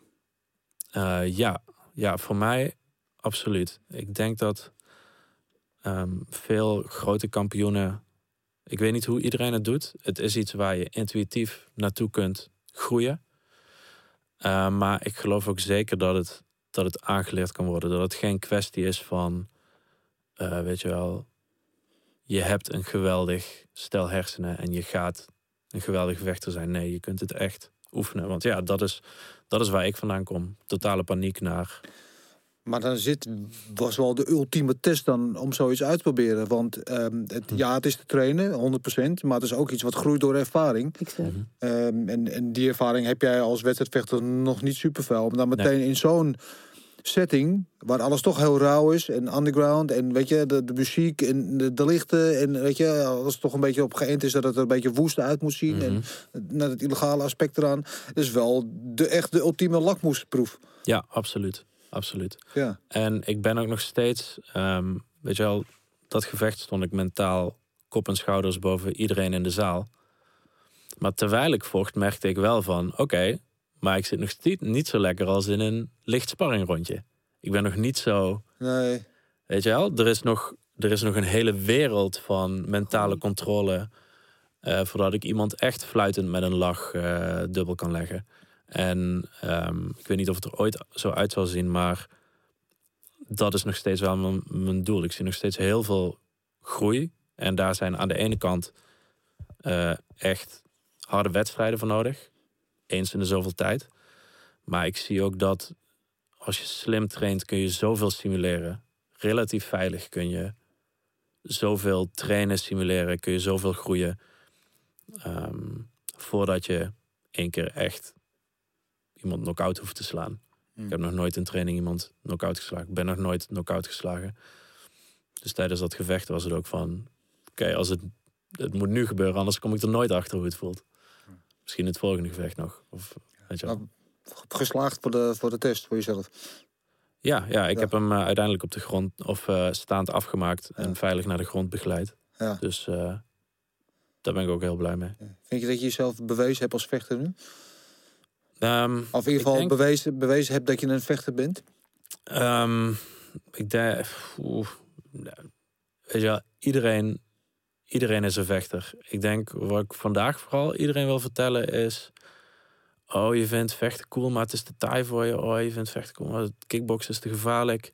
Ja, voor mij absoluut. Ik denk dat veel grote kampioenen... Ik weet niet hoe iedereen het doet. Het is iets waar je intuïtief naartoe kunt groeien. Maar ik geloof ook zeker dat het aangeleerd kan worden. Dat het geen kwestie is van... weet je wel... Je hebt een geweldig stel hersenen en je gaat een geweldige vechter zijn. Nee, je kunt het echt oefenen. Want ja, dat is waar ik vandaan kom. Totale paniek naar... Maar dan was wel de ultieme test dan om zoiets uit te proberen. Want het is te trainen, 100%. Maar het is ook iets wat groeit door ervaring. En die ervaring heb jij als wedstrijdvechter nog niet superveel. Om dan meteen in zo'n setting, waar alles toch heel rauw is en underground en weet je, de muziek en de lichten en weet je, alles toch een beetje op geënt is dat het er een beetje woest uit moet zien en naar het illegale aspect eraan. Dus wel de ultieme lakmoesproef. Ja, absoluut. Ja. En ik ben ook nog steeds, weet je wel, dat gevecht stond ik mentaal kop en schouders boven iedereen in de zaal. Maar terwijl ik vocht, merkte ik wel van, oké, maar ik zit nog niet zo lekker als in een licht sparringrondje. Ik ben nog niet zo... Nee. Weet je wel, er is nog een hele wereld van mentale controle... voordat ik iemand echt fluitend met een lach dubbel kan leggen. En ik weet niet of het er ooit zo uit zal zien, maar dat is nog steeds wel mijn doel. Ik zie nog steeds heel veel groei. En daar zijn aan de ene kant echt harde wedstrijden voor nodig. Eens in de zoveel tijd. Maar ik zie ook dat als je slim traint, kun je zoveel simuleren. Relatief veilig kun je zoveel trainen, simuleren. Kun je zoveel groeien. Voordat je 1 keer echt iemand knock-out hoeft te slaan. Ik heb nog nooit in training iemand knock-out geslagen. Ik ben nog nooit knock-out geslagen. Dus tijdens dat gevecht was het ook van... Oké, als het moet nu gebeuren, anders kom ik er nooit achter hoe het voelt. Misschien het volgende gevecht nog. Of, weet je wel. Geslaagd voor de test, voor jezelf. Ja, ik heb hem uiteindelijk op de grond of staand afgemaakt en veilig naar de grond begeleid. Ja. Dus daar ben ik ook heel blij mee. Ja. Vind je dat je jezelf bewezen hebt als vechter nu? Of in ieder geval bewezen hebt dat je een vechter bent? Ik denk... weet je wel, iedereen is een vechter. Ik denk, wat ik vandaag vooral iedereen wil vertellen is... Oh, je vindt vechten cool, maar het is te taai voor je. Oh, je vindt vechten cool, maar kickboksen is te gevaarlijk.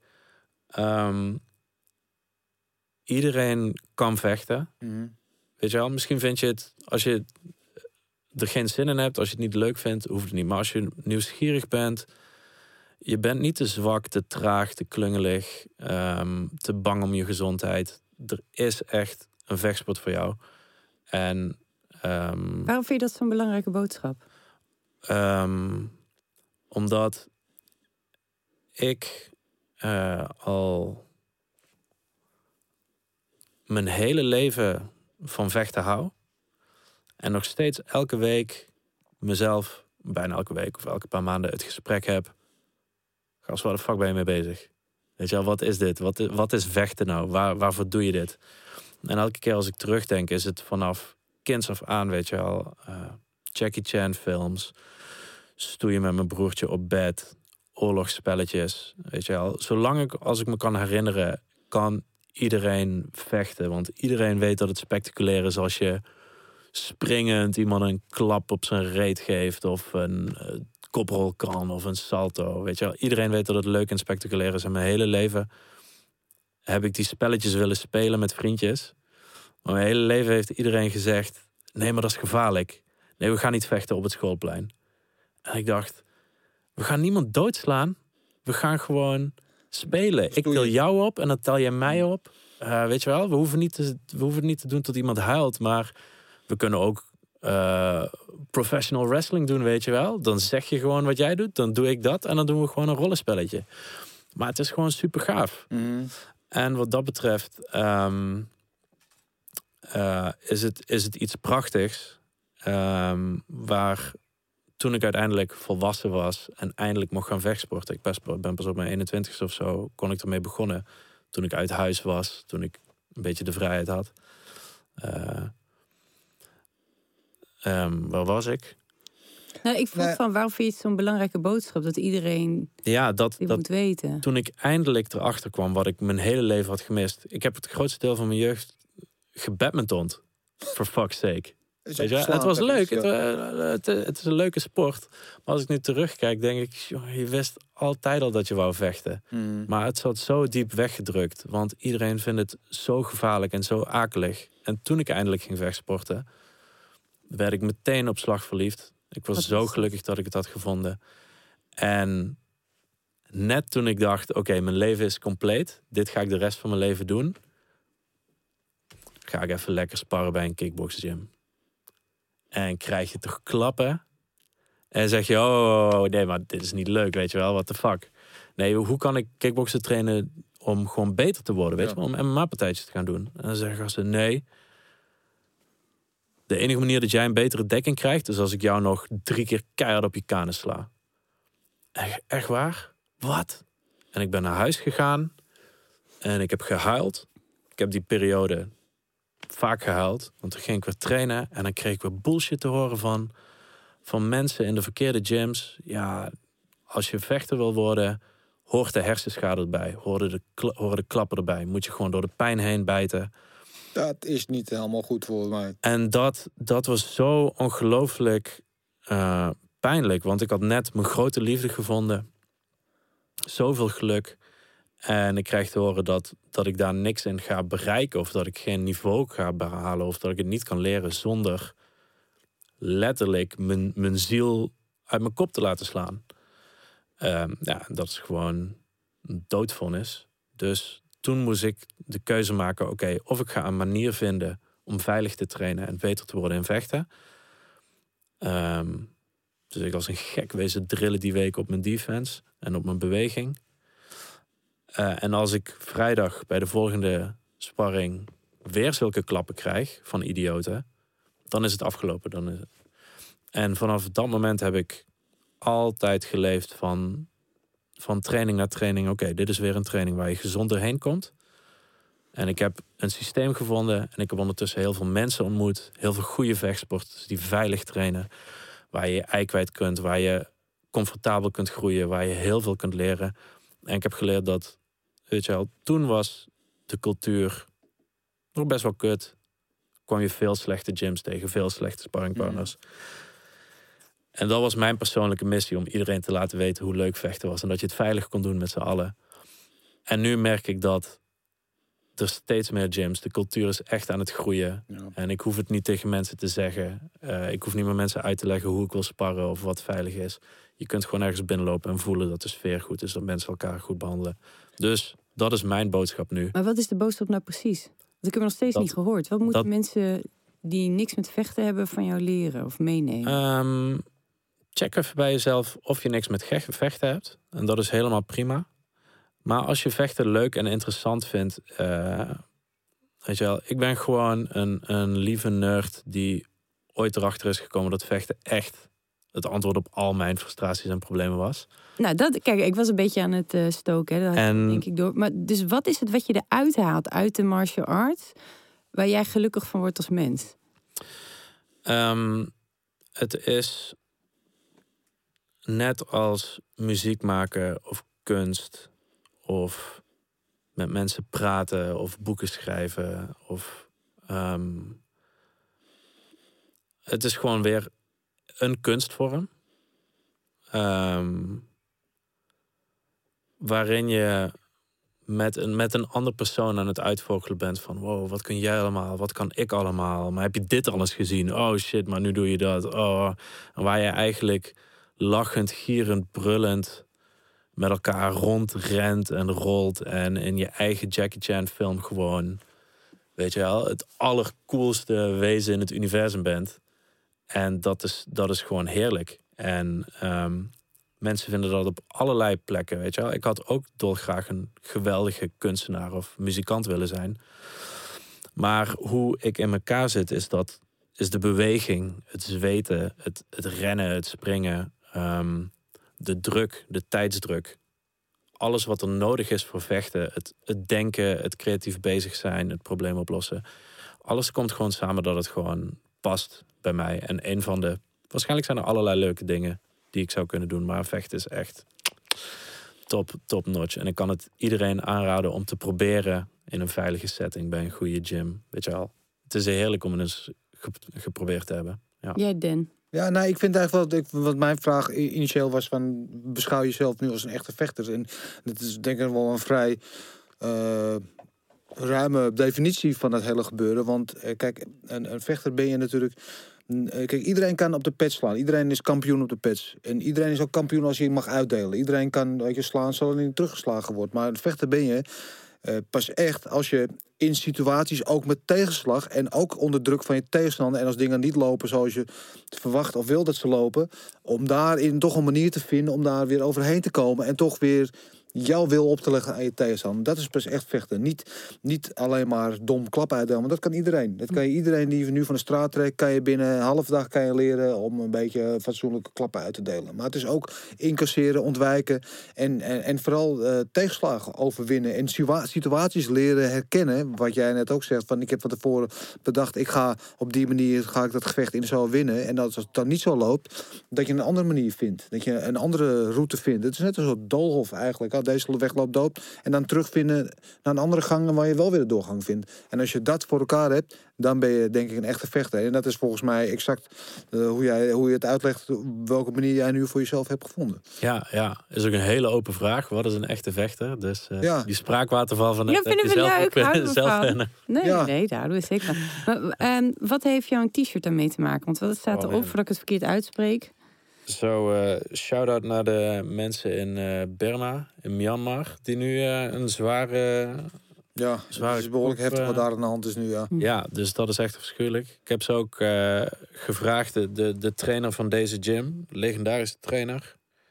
Iedereen kan vechten. Weet je wel, misschien vind je het... Als je er geen zin in hebt, als je het niet leuk vindt, hoeft het niet. Maar als je nieuwsgierig bent... Je bent niet te zwak, te traag, te klungelig, te bang om je gezondheid. Er is echt een vechtsport voor jou. En, waarom vind je dat zo'n belangrijke boodschap? Omdat ik al mijn hele leven van vechten hou. En nog steeds elke week mezelf, bijna elke week of elke paar maanden, het gesprek heb. Gast, waar de fuck ben je mee bezig? Weet je wel, wat is dit? Wat is vechten nou? Waarvoor doe je dit? En elke keer als ik terugdenk, is het vanaf kinds af aan, weet je wel. Jackie Chan films. Stoeien met mijn broertje op bed. Oorlogsspelletjes. Weet je wel. Als ik me kan herinneren, kan iedereen vechten. Want iedereen weet dat het spectaculair is als je springend iemand een klap op zijn reet geeft. Of een koprol kan. Of een salto. Weet je wel. Iedereen weet dat het leuk en spectaculair is. En mijn hele leven heb ik die spelletjes willen spelen met vriendjes. Maar mijn hele leven heeft iedereen gezegd: nee, maar dat is gevaarlijk. Nee, we gaan niet vechten op het schoolplein. En ik dacht, we gaan niemand doodslaan. We gaan gewoon spelen. Ik til jou op en dan tel jij mij op. Weet je wel, we hoeven het niet te doen tot iemand huilt. Maar we kunnen ook professional wrestling doen, weet je wel. Dan zeg je gewoon wat jij doet, dan doe ik dat. En dan doen we gewoon een rollenspelletje. Maar het is gewoon super gaaf. Mm-hmm. En wat dat betreft is het iets prachtigs. Waar toen ik uiteindelijk volwassen was en eindelijk mocht gaan vechtsporten. Ik ben pas op mijn 21ste of zo, kon ik ermee begonnen. Toen ik uit huis was, toen ik een beetje de vrijheid had. Waar was ik? Nou, ik vroeg van, waarom vind je het zo'n belangrijke boodschap dat iedereen dit moet weten? Toen ik eindelijk erachter kwam wat ik mijn hele leven had gemist. Ik heb het grootste deel van mijn jeugd gebadmintond. For fuck's sake. Weet je, het was leuk. Het is een leuke sport. Maar als ik nu terugkijk, denk ik, joh, je wist altijd al dat je wou vechten. Mm. Maar het zat zo diep weggedrukt. Want iedereen vindt het zo gevaarlijk en zo akelig. En toen ik eindelijk ging vechtsporten, werd ik meteen op slag verliefd. Ik was zo gelukkig dat ik het had gevonden. En net toen ik dacht, oké, mijn leven is compleet. Dit ga ik de rest van mijn leven doen. Ga ik even lekker sparren bij een kickboxgym. En krijg je toch klappen. En zeg je, oh nee, maar dit is niet leuk, weet je wel. What the fuck. Nee, hoe kan ik kickboksen trainen om gewoon beter te worden, weet je wel. Om MMA-partijtjes te gaan doen. En dan zeggen ze, nee. De enige manier dat jij een betere dekking krijgt, is als ik jou nog 3 keer keihard op je kanen sla. Echt waar? Wat? En ik ben naar huis gegaan. En ik heb gehuild. Ik heb die periode vaak gehuild. Want toen ging ik weer trainen. En dan kreeg ik weer bullshit te horen van mensen in de verkeerde gyms. Ja, als je vechter wil worden, hoort de hersenschade erbij. Horen de klappen erbij. Moet je gewoon door de pijn heen bijten. Dat is niet helemaal goed voor mij. En dat was zo ongelooflijk pijnlijk. Want ik had net mijn grote liefde gevonden. Zoveel geluk. En ik krijg te horen dat ik daar niks in ga bereiken. Of dat ik geen niveau ga behalen. Of dat ik het niet kan leren zonder letterlijk mijn ziel uit mijn kop te laten slaan. Dat is gewoon een doodvonnis. Dus toen moest ik de keuze maken, oké, of ik ga een manier vinden om veilig te trainen en beter te worden in vechten. Dus ik was een gek wezen drillen die week op mijn defense en op mijn beweging. En als ik vrijdag bij de volgende sparring weer zulke klappen krijg van idioten, dan is het afgelopen. En vanaf dat moment heb ik altijd geleefd van training naar training. Oké, dit is weer een training waar je gezond doorheen komt. En ik heb een systeem gevonden. En ik heb ondertussen heel veel mensen ontmoet. Heel veel goede vechtsporters die veilig trainen. Waar je je ei kwijt kunt. Waar je comfortabel kunt groeien. Waar je heel veel kunt leren. En ik heb geleerd dat, weet je wel, toen was de cultuur nog best wel kut. Kwam je veel slechte gyms tegen. Veel slechte sparringpartners. En dat was mijn persoonlijke missie. Om iedereen te laten weten hoe leuk vechten was. En dat je het veilig kon doen met z'n allen. En nu merk ik dat er steeds meer gyms. De cultuur is echt aan het groeien. Ja. En ik hoef het niet tegen mensen te zeggen. Ik hoef niet meer mensen uit te leggen hoe ik wil sparren of wat veilig is. Je kunt gewoon ergens binnenlopen en voelen dat de sfeer goed is. Dat mensen elkaar goed behandelen. Dus dat is mijn boodschap nu. Maar wat is de boodschap nou precies? Want ik heb het nog steeds niet gehoord. Wat moeten mensen die niks met vechten hebben van jou leren of meenemen? Check even bij jezelf of je niks met vechten hebt. En dat is helemaal prima. Maar als je vechten leuk en interessant vindt... weet je wel, ik ben gewoon een lieve nerd die ooit erachter is gekomen dat vechten echt het antwoord op al mijn frustraties en problemen was. Nou, kijk, ik was een beetje aan het stoken. Hè. Dat denk ik door. Maar dus wat is het wat je eruit haalt uit de martial arts, waar jij gelukkig van wordt als mens? Het is net als muziek maken of kunst of met mensen praten of boeken schrijven of het is gewoon weer een kunstvorm waarin je met een andere persoon aan het uitvogelen bent van wow, wat kun jij allemaal, wat kan ik allemaal, maar heb je dit al eens gezien? Oh shit, maar nu doe je dat. Oh. En waar je eigenlijk lachend, gierend, brullend met elkaar rondrent en rolt en in je eigen Jackie Chan film gewoon, weet je wel, het allercoolste wezen in het universum bent. En dat is gewoon heerlijk. En mensen vinden dat op allerlei plekken, weet je wel. Ik had ook dolgraag een geweldige kunstenaar of muzikant willen zijn. Maar hoe ik in elkaar zit, is de beweging, het zweten, het rennen, het springen, de druk, de tijdsdruk. Alles wat er nodig is voor vechten, het denken, het creatief bezig zijn, het probleem oplossen. Alles komt gewoon samen dat het gewoon past bij mij. En waarschijnlijk zijn er allerlei leuke dingen die ik zou kunnen doen, maar vechten is echt top notch. En ik kan het iedereen aanraden om te proberen in een veilige setting bij een goede gym. Weet je wel. Het is heerlijk om het eens geprobeerd te hebben. Ja. Jij, Dan? Ja, nou, ik vind eigenlijk wat mijn vraag initieel was van, beschouw jezelf nu als een echte vechter? En dat is denk ik wel een vrij ruime definitie van dat hele gebeuren. Want kijk, een vechter ben je natuurlijk. Kijk, iedereen kan op de pet slaan. Iedereen is kampioen op de pet. En iedereen is ook kampioen als je mag uitdelen. Iedereen kan slaan, zolang niet teruggeslagen wordt. Maar een vechter ben je pas echt als je in situaties ook met tegenslag en ook onder druk van je tegenstander, en als dingen niet lopen zoals je verwacht of wil dat ze lopen, om daarin toch een manier te vinden om daar weer overheen te komen en toch weer jouw wil op te leggen aan je tegenstander. Dat is pas echt vechten. Niet alleen maar dom klap uitdelen, want dat kan iedereen. Dat kan je iedereen die nu van de straat trekt, kan je binnen een half dag kan je leren om een beetje fatsoenlijke klappen uit te delen. Maar het is ook incasseren, ontwijken en vooral tegenslagen overwinnen en situaties leren herkennen, wat jij net ook zegt, van ik heb van tevoren bedacht, ik ga op die manier dat gevecht in zo winnen, en dat als het dan niet zo loopt, dat je een andere manier vindt. Dat je een andere route vindt. Het is net een soort doolhof eigenlijk. Deze weg loopt dood. En dan terugvinden naar een andere gang waar je wel weer de doorgang vindt. En als je dat voor elkaar hebt, dan ben je denk ik een echte vechter. En dat is volgens mij exact hoe je het uitlegt, welke manier jij nu voor jezelf hebt gevonden. Ja, is ook een hele open vraag. Wat is een echte vechter? Dus die spraakwaterval van net vinden we leuk. Nee, daar houden we zeker. Maar, wat heeft jouw t-shirt daarmee te maken? Want wat staat erop voordat ik het verkeerd uitspreek? Shout-out naar de mensen in Burma, in Myanmar, die nu een zware... Ja, het is behoorlijk heftig wat daar aan de hand is nu, ja. Ja, dus dat is echt afschuwelijk. Ik heb ze ook gevraagd, de trainer van deze gym, legendarische trainer,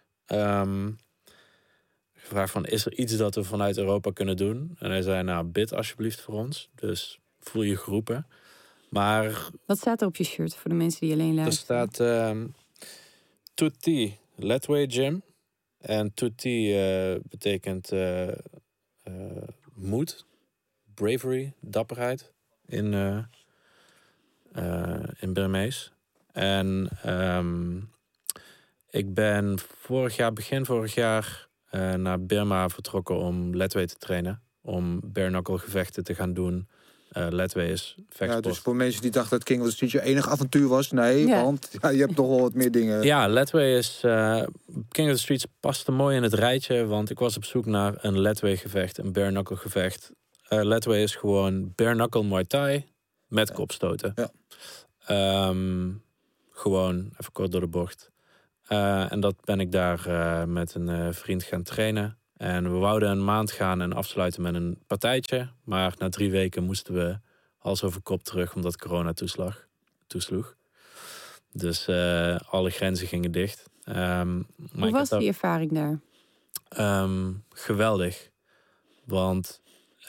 gevraagd van, is er iets dat we vanuit Europa kunnen doen? En hij zei, nou, bid alsjeblieft voor ons. Dus voel je geroepen. Maar... Wat staat er op je shirt voor de mensen die alleen luisteren? Er staat... Tutti, Letway Gym. En Tutti betekent moed, bravery, dapperheid in Burmees. En ik ben begin vorig jaar naar Burma vertrokken om Letway te trainen. Om bare knuckle gevechten te gaan doen. Letway is vechtsport. Ja, dus voor mensen die dachten dat King of the Street je enig avontuur was. Nee, want je hebt nog wel wat meer dingen. Ja, Letway is... King of the Streets paste mooi in het rijtje. Want ik was op zoek naar een Letway gevecht. Een bare knuckle gevecht. Letway is gewoon bare knuckle Muay Thai. Met kopstoten. Ja. Gewoon even kort door de bocht. En dat ben ik daar met een vriend gaan trainen. En we wouden een maand gaan en afsluiten met een partijtje. Maar na 3 weken moesten we hals over kop terug, omdat corona toesloeg. Dus alle grenzen gingen dicht. Hoe was die ervaring daar? Geweldig. Want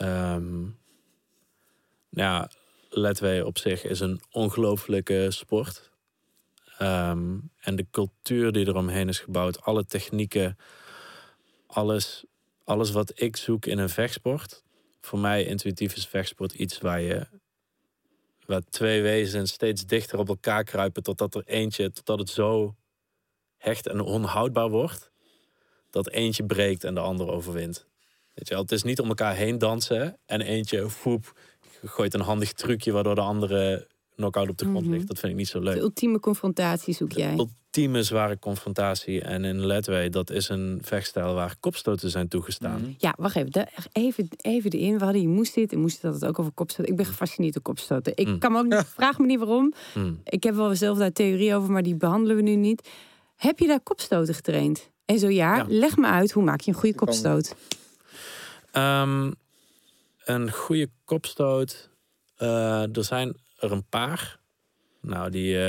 Letway op zich is een ongelooflijke sport. En de cultuur die eromheen is gebouwd, alle technieken, alles wat ik zoek in een vechtsport. Voor mij intuïtief is vechtsport iets waar twee wezens steeds dichter op elkaar kruipen totdat het zo hecht en onhoudbaar wordt, dat eentje breekt en de ander overwint. Weet je wel? Het is niet om elkaar heen dansen en eentje gooit een handig trucje waardoor de andere knock-out op de grond ligt. Dat vind ik niet zo leuk. De ultieme confrontatie zoek jij. De ultieme zware confrontatie. En in Letway, dat is een vechtstijl waar kopstoten zijn toegestaan. Ja, wacht even. Even erin. We hadden je moest dit altijd ook over kopstoten. Ik ben gefascineerd door kopstoten. Ik kan me ook niet, vraag me niet waarom. Ik heb wel zelf daar theorie over, maar die behandelen we nu niet. Heb je daar kopstoten getraind? En zo ja, leg me uit, hoe maak je een goede kopstoot? Een goede kopstoot. Er zijn er een paar. Nou, die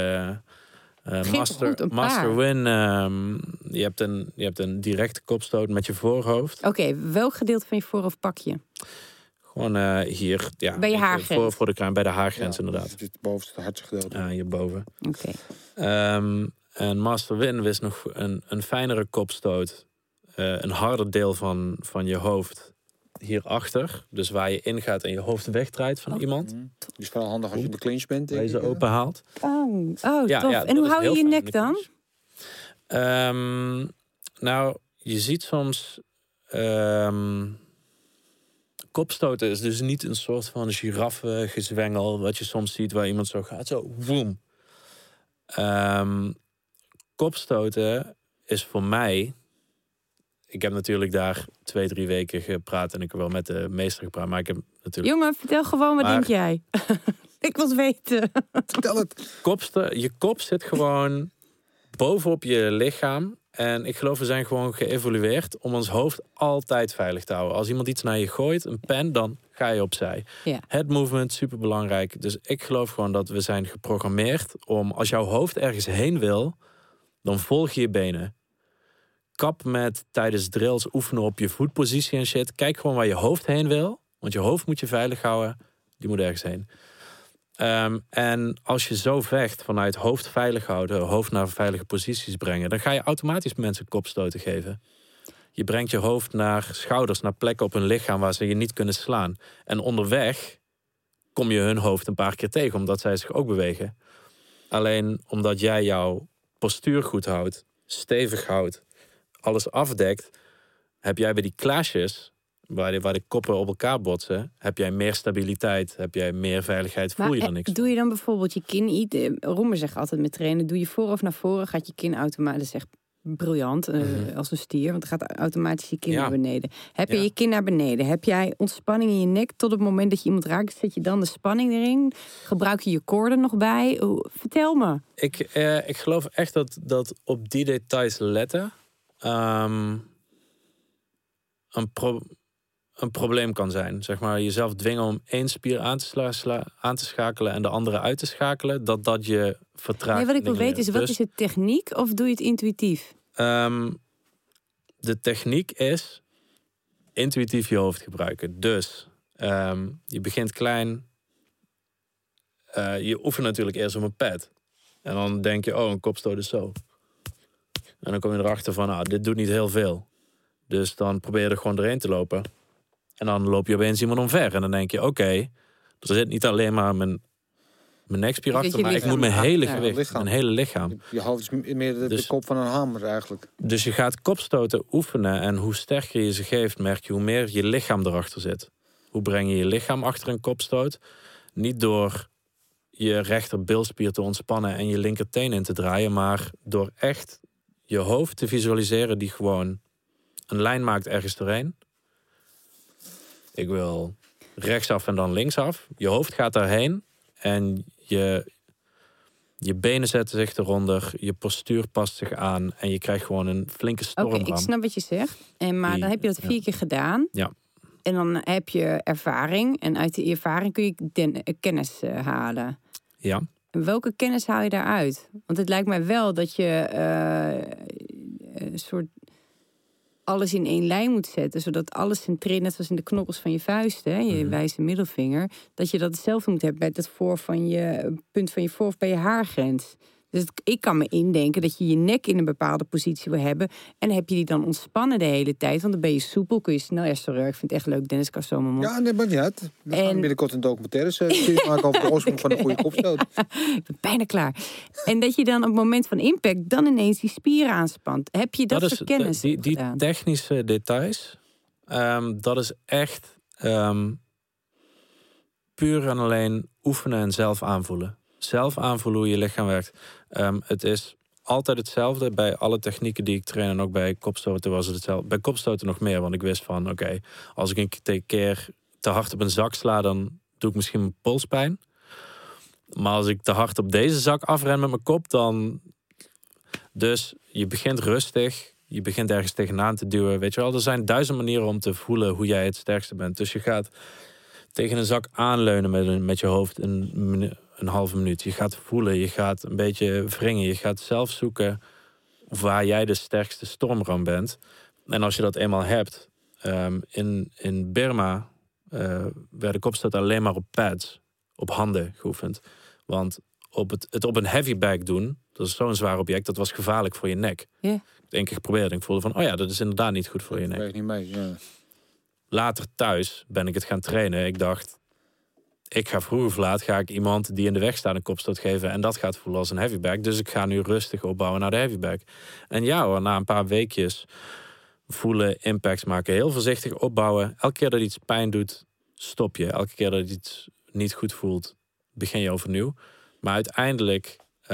Master Win. Je hebt een directe kopstoot met je voorhoofd. Oké, welk gedeelte van je voorhoofd pak je? Gewoon hier. Ja, bij je haargrens. Voor de kruin, bij de haargrens inderdaad. Het bovenste hardste gedeelte. Hierboven. Oké. En Master Win is nog een fijnere kopstoot. Een harder deel van je hoofd. Hierachter, dus waar je ingaat en je hoofd wegdraait van iemand. Die is vooral handig als je op de clinch bent. Waar je ze open haalt. Oh, tof. En hoe hou je je nek dan? Nou, je ziet soms kopstoten is dus niet een soort van giraffengezwengel wat je soms ziet waar iemand zo gaat, zo woem. Kopstoten is voor mij. Ik heb natuurlijk daar 2-3 weken gepraat en ik heb wel met de meester gepraat, maar ik heb natuurlijk. Jongen, vertel gewoon, wat denk jij? Ik wil het weten. Vertel het. Je kop zit gewoon bovenop je lichaam. En ik geloof, we zijn gewoon geëvolueerd om ons hoofd altijd veilig te houden. Als iemand iets naar je gooit, een pen, dan ga je opzij. Ja. Head movement, superbelangrijk. Dus ik geloof gewoon dat we zijn geprogrammeerd om, als jouw hoofd ergens heen wil, dan volg je je benen. Kap met tijdens drills oefenen op je voetpositie en shit. Kijk gewoon waar je hoofd heen wil. Want je hoofd moet je veilig houden. Die moet ergens heen. En als je zo vecht vanuit hoofd veilig houden, hoofd naar veilige posities brengen, dan ga je automatisch mensen kopstoten geven. Je brengt je hoofd naar schouders, naar plekken op hun lichaam waar ze je niet kunnen slaan. En onderweg kom je hun hoofd een paar keer tegen, omdat zij zich ook bewegen. Alleen omdat jij jouw postuur goed houdt, stevig houdt, alles afdekt, heb jij bij die clashes, waar de koppen op elkaar botsen, heb jij meer stabiliteit, heb jij meer veiligheid, voel je dan niks. Doe je dan bijvoorbeeld je kin, Roemer zegt altijd met trainen, doe je voorhoofd naar voren, gaat je kin automatisch, dat is echt briljant, als een stier, want dan gaat automatisch je kin naar beneden. Heb je je kin naar beneden? Heb jij ontspanning in je nek tot het moment dat je iemand raakt, zet je dan de spanning erin? Gebruik je je koorden nog bij? Vertel me. Ik geloof echt dat op die details letten een probleem kan zijn. Zeg maar jezelf dwingen om één spier aan te schakelen en de andere uit te schakelen, dat je vertraagt. Nee, wat ik wil weten is, wat is het techniek of doe je het intuïtief? De techniek is intuïtief je hoofd gebruiken. Dus je begint klein. Je oefent natuurlijk eerst op een pad. En dan denk je, een kopstoot is zo. En dan kom je erachter van, dit doet niet heel veel. Dus dan probeer je er gewoon doorheen te lopen. En dan loop je opeens iemand omver. En dan denk je, oké, er zit niet alleen maar mijn nekspier achter, maar ik moet mijn hele gewicht, mijn hele lichaam. Je hoofd is meer de kop van een hamer eigenlijk. Dus je gaat kopstoten oefenen en hoe sterker je ze geeft, merk je hoe meer je lichaam erachter zit. Hoe breng je je lichaam achter een kopstoot? Niet door je rechterbilspier te ontspannen en je linkerteen in te draaien, maar door echt je hoofd te visualiseren die gewoon een lijn maakt ergens doorheen. Ik wil rechtsaf en dan linksaf. Je hoofd gaat daarheen en je benen zetten zich eronder. Je postuur past zich aan en je krijgt gewoon een flinke stormram. Oké, ik snap wat je zegt. Maar dan heb je dat 4 keer gedaan. Ja. En dan heb je ervaring. En uit die ervaring kun je kennis halen. Ja. En welke kennis haal je daaruit? Want het lijkt mij wel dat je een soort alles in één lijn moet zetten, zodat alles centreert, net zoals in de knokkels van je vuisten, je wijze middelvinger, dat je dat hetzelfde moet hebben bij het punt van je voor of bij je haargrens. Dus ik kan me indenken dat je je nek in een bepaalde positie wil hebben. En heb je die dan ontspannen de hele tijd. Want dan ben je soepel, kun je snel... Ja, sorry, ik vind het echt leuk, Dennis Kassomo. Ja, nee, maar niet uit. We gaan binnenkort een documentaire maken over de oorsprong van een goede kopstoot. Ik ben bijna klaar. En dat je dan op het moment van impact dan ineens die spieren aanspant. Heb je dat soort kennis die technische details, dat is echt puur en alleen oefenen en zelf aanvoelen. Zelf aanvoelen hoe je lichaam werkt. Het is altijd hetzelfde bij alle technieken die ik train. En ook bij kopstoten was het hetzelfde. Bij kopstoten nog meer, want ik wist van... Oké, als ik een keer te hard op een zak sla... dan doe ik misschien mijn polspijn. Maar als ik te hard op deze zak afren met mijn kop... dan... Dus je begint rustig. Je begint ergens tegenaan te duwen. Weet je wel, er zijn 1000 manieren om te voelen... hoe jij het sterkste bent. Dus je gaat tegen een zak aanleunen met je hoofd... een halve minuut. Je gaat voelen, je gaat een beetje wringen. Je gaat zelf zoeken waar jij de sterkste stormram bent. En als je dat eenmaal hebt... in Birma werden kopstoten alleen maar op pads, op handen geoefend. Want het op een heavy bag doen, dat is zo'n zwaar object, dat was gevaarlijk voor je nek. Yeah. Ik heb 1 keer geprobeerd en ik voelde van, oh ja, dat is inderdaad niet goed voor je nek. Dat werkt niet mee, ja. Later thuis ben ik het gaan trainen. Ik dacht, ik ga vroeg of laat ga ik iemand die in de weg staat een kopstoot geven. En dat gaat voelen als een heavy bag. Dus ik ga nu rustig opbouwen naar de heavy bag. En ja hoor, na een paar weekjes voelen, impacts maken. Heel voorzichtig opbouwen. Elke keer dat iets pijn doet, stop je. Elke keer dat iets niet goed voelt, begin je overnieuw. Maar uiteindelijk,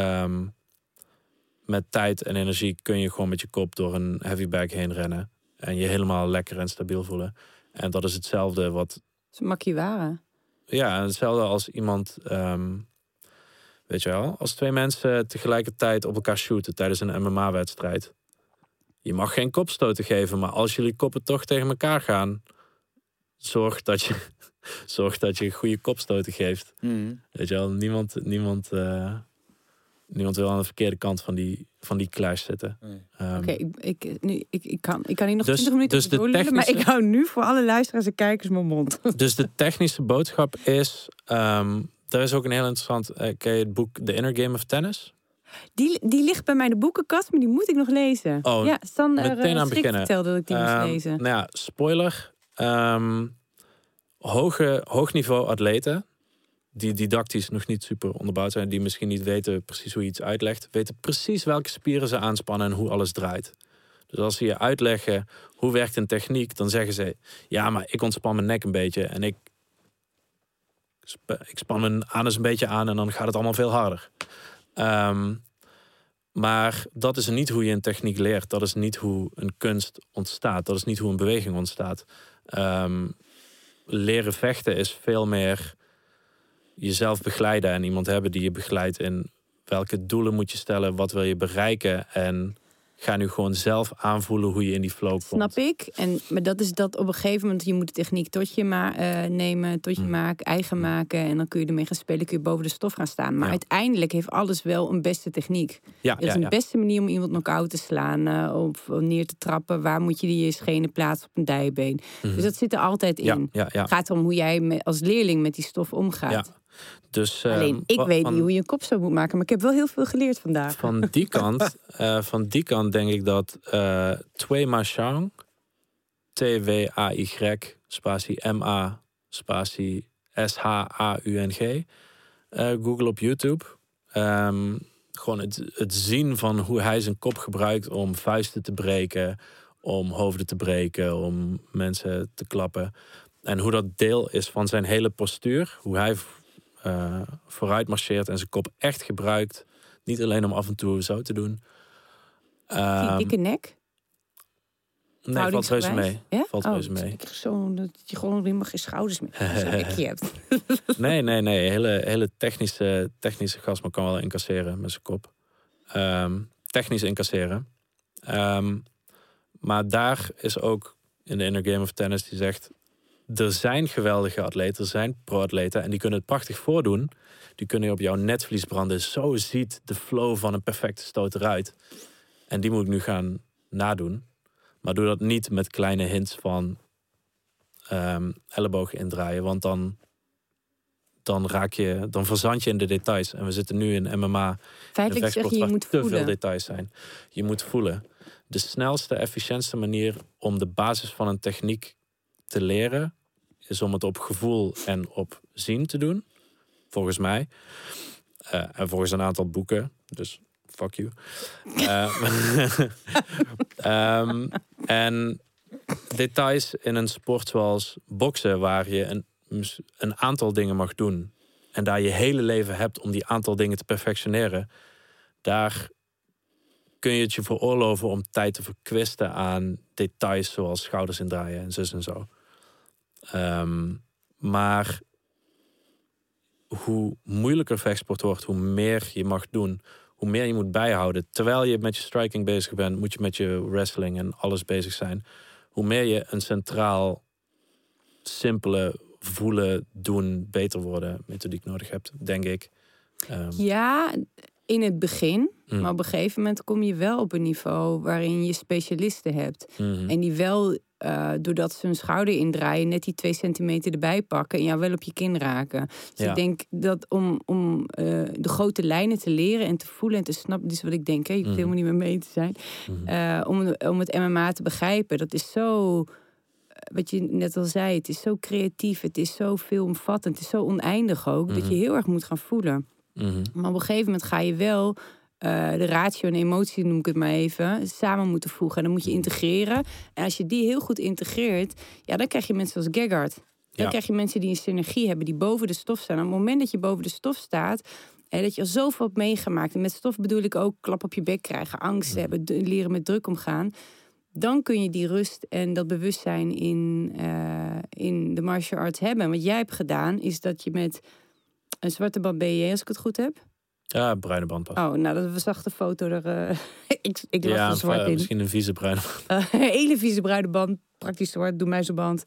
met tijd en energie kun je gewoon met je kop door een heavy bag heen rennen. En je helemaal lekker en stabiel voelen. En dat is hetzelfde wat... Makiwara. Ja, hetzelfde als iemand... weet je wel, als 2 mensen tegelijkertijd op elkaar shooten tijdens een MMA-wedstrijd. Je mag geen kopstoten geven, maar als jullie koppen toch tegen elkaar gaan... Zorg dat je goede kopstoten geeft. Weet je wel, niemand wil aan de verkeerde kant van die clash zitten. Oké, ik kan hier nog 20 minuten dus over doorlullen, maar ik hou nu voor alle luisteraars en kijkers mijn mond. Dus de technische boodschap is... er is ook een heel interessant... ken je het boek The Inner Game of Tennis? Die ligt bij mij in de boekenkast, maar die moet ik nog lezen. Oh, ja, Sander meteen aan beginnen. vertelde dat ik die moest lezen. Nou ja, spoiler. Hoog niveau atleten... die didactisch nog niet super onderbouwd zijn... die misschien niet weten precies hoe je iets uitlegt... weten precies welke spieren ze aanspannen en hoe alles draait. Dus als ze je uitleggen hoe werkt een techniek... dan zeggen ze, ja, maar ik ontspan mijn nek een beetje... en ik span mijn anus een beetje aan... en dan gaat het allemaal veel harder. Maar dat is niet hoe je een techniek leert. Dat is niet hoe een kunst ontstaat. Dat is niet hoe een beweging ontstaat. Leren vechten is veel meer... jezelf begeleiden en iemand hebben die je begeleidt in welke doelen moet je stellen, wat wil je bereiken en ga nu gewoon zelf aanvoelen hoe je in die flow komt. Snap ik. Maar dat is dat op een gegeven moment, je moet de techniek tot je nemen, tot je maken, eigen maken en dan kun je ermee gaan spelen, kun je boven de stof gaan staan. Maar uiteindelijk heeft alles wel een beste techniek. Het is een beste manier om iemand knock-out te slaan of neer te trappen. Waar moet je die schenen plaatsen op een dijbeen? Dus dat zit er altijd in. Het gaat om hoe jij als leerling met die stof omgaat. Ja. Dus, alleen, ik weet niet hoe je een kopstoot moet maken, maar ik heb wel heel veel geleerd vandaag. Van die kant denk ik dat Tway Mashang, T-W-A-Y, spatie M-A, spatie S-H-A-U-N-G, Google op YouTube. Gewoon het zien van hoe hij zijn kop gebruikt om vuisten te breken, om hoofden te breken, om mensen te klappen. En hoe dat deel is van zijn hele postuur, hoe hij... vooruit marcheert en zijn kop echt gebruikt. Niet alleen om af en toe zo te doen. Die dikke nek? Nee, valt reuze mee. Ja? Valt reuze mee. Ik krijg zo dat je gewoon helemaal geen schouders meer hebt. Nee. Hele technische gast, maar kan wel incasseren met zijn kop. Technisch incasseren. Maar daar is ook in de Inner Game of Tennis die zegt... Er zijn geweldige atleten, er zijn pro-atleten... en die kunnen het prachtig voordoen. Die kunnen op jouw netvlies branden. Zo ziet de flow van een perfecte stoot eruit. En die moet ik nu gaan nadoen. Maar doe dat niet met kleine hints van elleboog indraaien. Want dan verzand je in de details. En we zitten nu in MMA. Feitelijk zeg je moet te voelen. veel details zijn. Je moet voelen. De snelste, efficiëntste manier om de basis van een techniek te leren is om het op gevoel en op zien te doen. Volgens mij. En volgens een aantal boeken. Dus fuck you. En details in een sport zoals boksen, waar je een aantal dingen mag doen en daar je hele leven hebt om die aantal dingen te perfectioneren, daar kun je het je veroorloven om tijd te verkwisten aan details zoals schouders indraaien en zus en zo. Maar hoe moeilijker vechtsport wordt, hoe meer je mag doen, hoe meer je moet bijhouden. Terwijl je met je striking bezig bent, moet je met je wrestling en alles bezig zijn. Hoe meer je een centraal, simpele, voelen, doen, beter worden methodiek nodig hebt, denk ik. Ja, in het begin. Maar op een gegeven moment kom je wel op een niveau waarin je specialisten hebt. En die wel, doordat ze hun schouder indraaien, net die 2 centimeter erbij pakken en jou wel op je kin raken. Dus ik denk dat om de grote lijnen te leren en te voelen en te snappen, dit is wat ik denk, hè, je hoeft helemaal niet meer mee te zijn. Om het MMA te begrijpen, dat is zo, wat je net al zei, het is zo creatief, het is zo veelomvattend, het is zo oneindig ook, dat je heel erg moet gaan voelen. Maar op een gegeven moment ga je wel de ratio en emotie, noem ik het maar even, samen moeten voegen. En dan moet je integreren. En als je die heel goed integreert, ja, dan krijg je mensen als Gegard. Dan krijg je mensen die een synergie hebben, die boven de stof staan. En op het moment dat je boven de stof staat, dat je al zoveel hebt meegemaakt. En met stof bedoel ik ook klap op je bek krijgen, angst hebben, leren met druk omgaan. Dan kun je die rust en dat bewustzijn in de martial arts hebben. En wat jij hebt gedaan, is dat je met een zwarte band BJJ, als ik het goed heb. Ja, bruine band pas. Oh, nou, dat was zachte foto. Ik las er zwart in. Misschien een vieze bruine band. Een hele vieze bruine band. Praktisch zwart, doe mij zo'n band.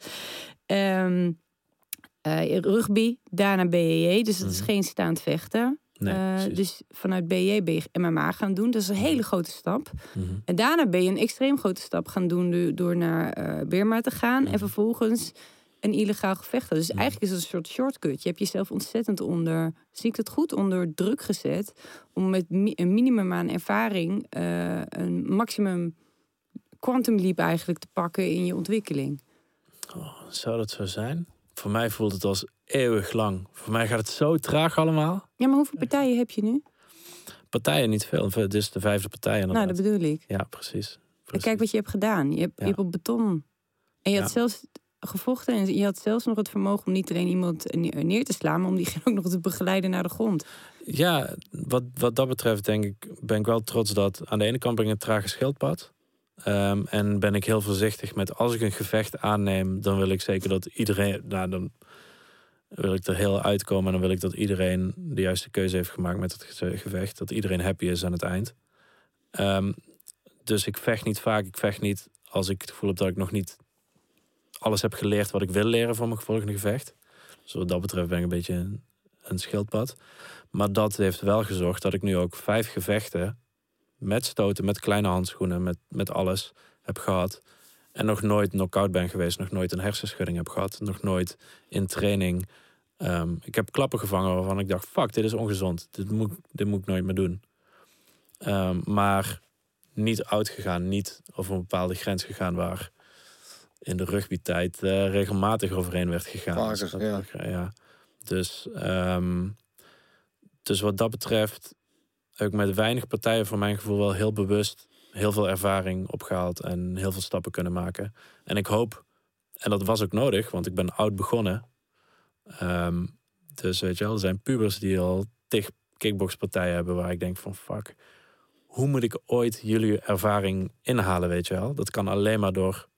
Rugby, daarna BJJ. Dus dat is geen staand vechten. Nee, dus vanuit BJJ ben je MMA gaan doen. Dat is een hele grote stap. En daarna ben je een extreem grote stap gaan doen door naar Birma te gaan. En vervolgens een illegaal gevecht. Dus eigenlijk is het een soort shortcut. Je hebt jezelf ontzettend zie ik het goed, onder druk gezet. Om met een minimum aan ervaring een maximum quantum leap eigenlijk te pakken in je ontwikkeling. Oh, zou dat zo zijn? Voor mij voelt het als eeuwig lang. Voor mij gaat het zo traag allemaal. Ja, maar hoeveel partijen heb je nu? Partijen niet veel. Het is de 5e partij. Nou, dat bedoel ik. Ja, precies. En kijk wat je hebt gedaan. Je hebt op beton. En je had zelfs gevochten en je had zelfs nog het vermogen om niet alleen iemand neer te slaan, maar om diegene ook nog te begeleiden naar de grond. Ja, wat dat betreft denk ik, ben ik wel trots dat aan de ene kant ben ik een trage schildpad. En ben ik heel voorzichtig met als ik een gevecht aanneem, dan wil ik zeker dat iedereen, dan wil ik er heel uitkomen en dan wil ik dat iedereen de juiste keuze heeft gemaakt met het gevecht. Dat iedereen happy is aan het eind. Dus ik vecht niet vaak. Ik vecht niet als ik het gevoel heb dat ik nog niet alles heb geleerd wat ik wil leren voor mijn volgende gevecht. Dus wat dat betreft ben ik een beetje een schildpad. Maar dat heeft wel gezorgd dat ik nu ook 5 gevechten met stoten, met kleine handschoenen, met alles heb gehad. En nog nooit knock-out ben geweest, nog nooit een hersenschudding heb gehad, nog nooit in training. Ik heb klappen gevangen waarvan ik dacht, fuck, dit is ongezond. Dit moet ik nooit meer doen. Maar niet oud gegaan, niet over een bepaalde grens gegaan waar in de rugbytijd regelmatig overheen werd gegaan. Dus wat dat betreft heb ik met weinig partijen voor mijn gevoel wel heel bewust heel veel ervaring opgehaald en heel veel stappen kunnen maken. En ik hoop, en dat was ook nodig, want ik ben oud begonnen. Dus weet je wel, er zijn pubers die al 10 kickboxpartijen hebben waar ik denk van fuck, hoe moet ik ooit jullie ervaring inhalen, weet je wel? Dat kan alleen maar door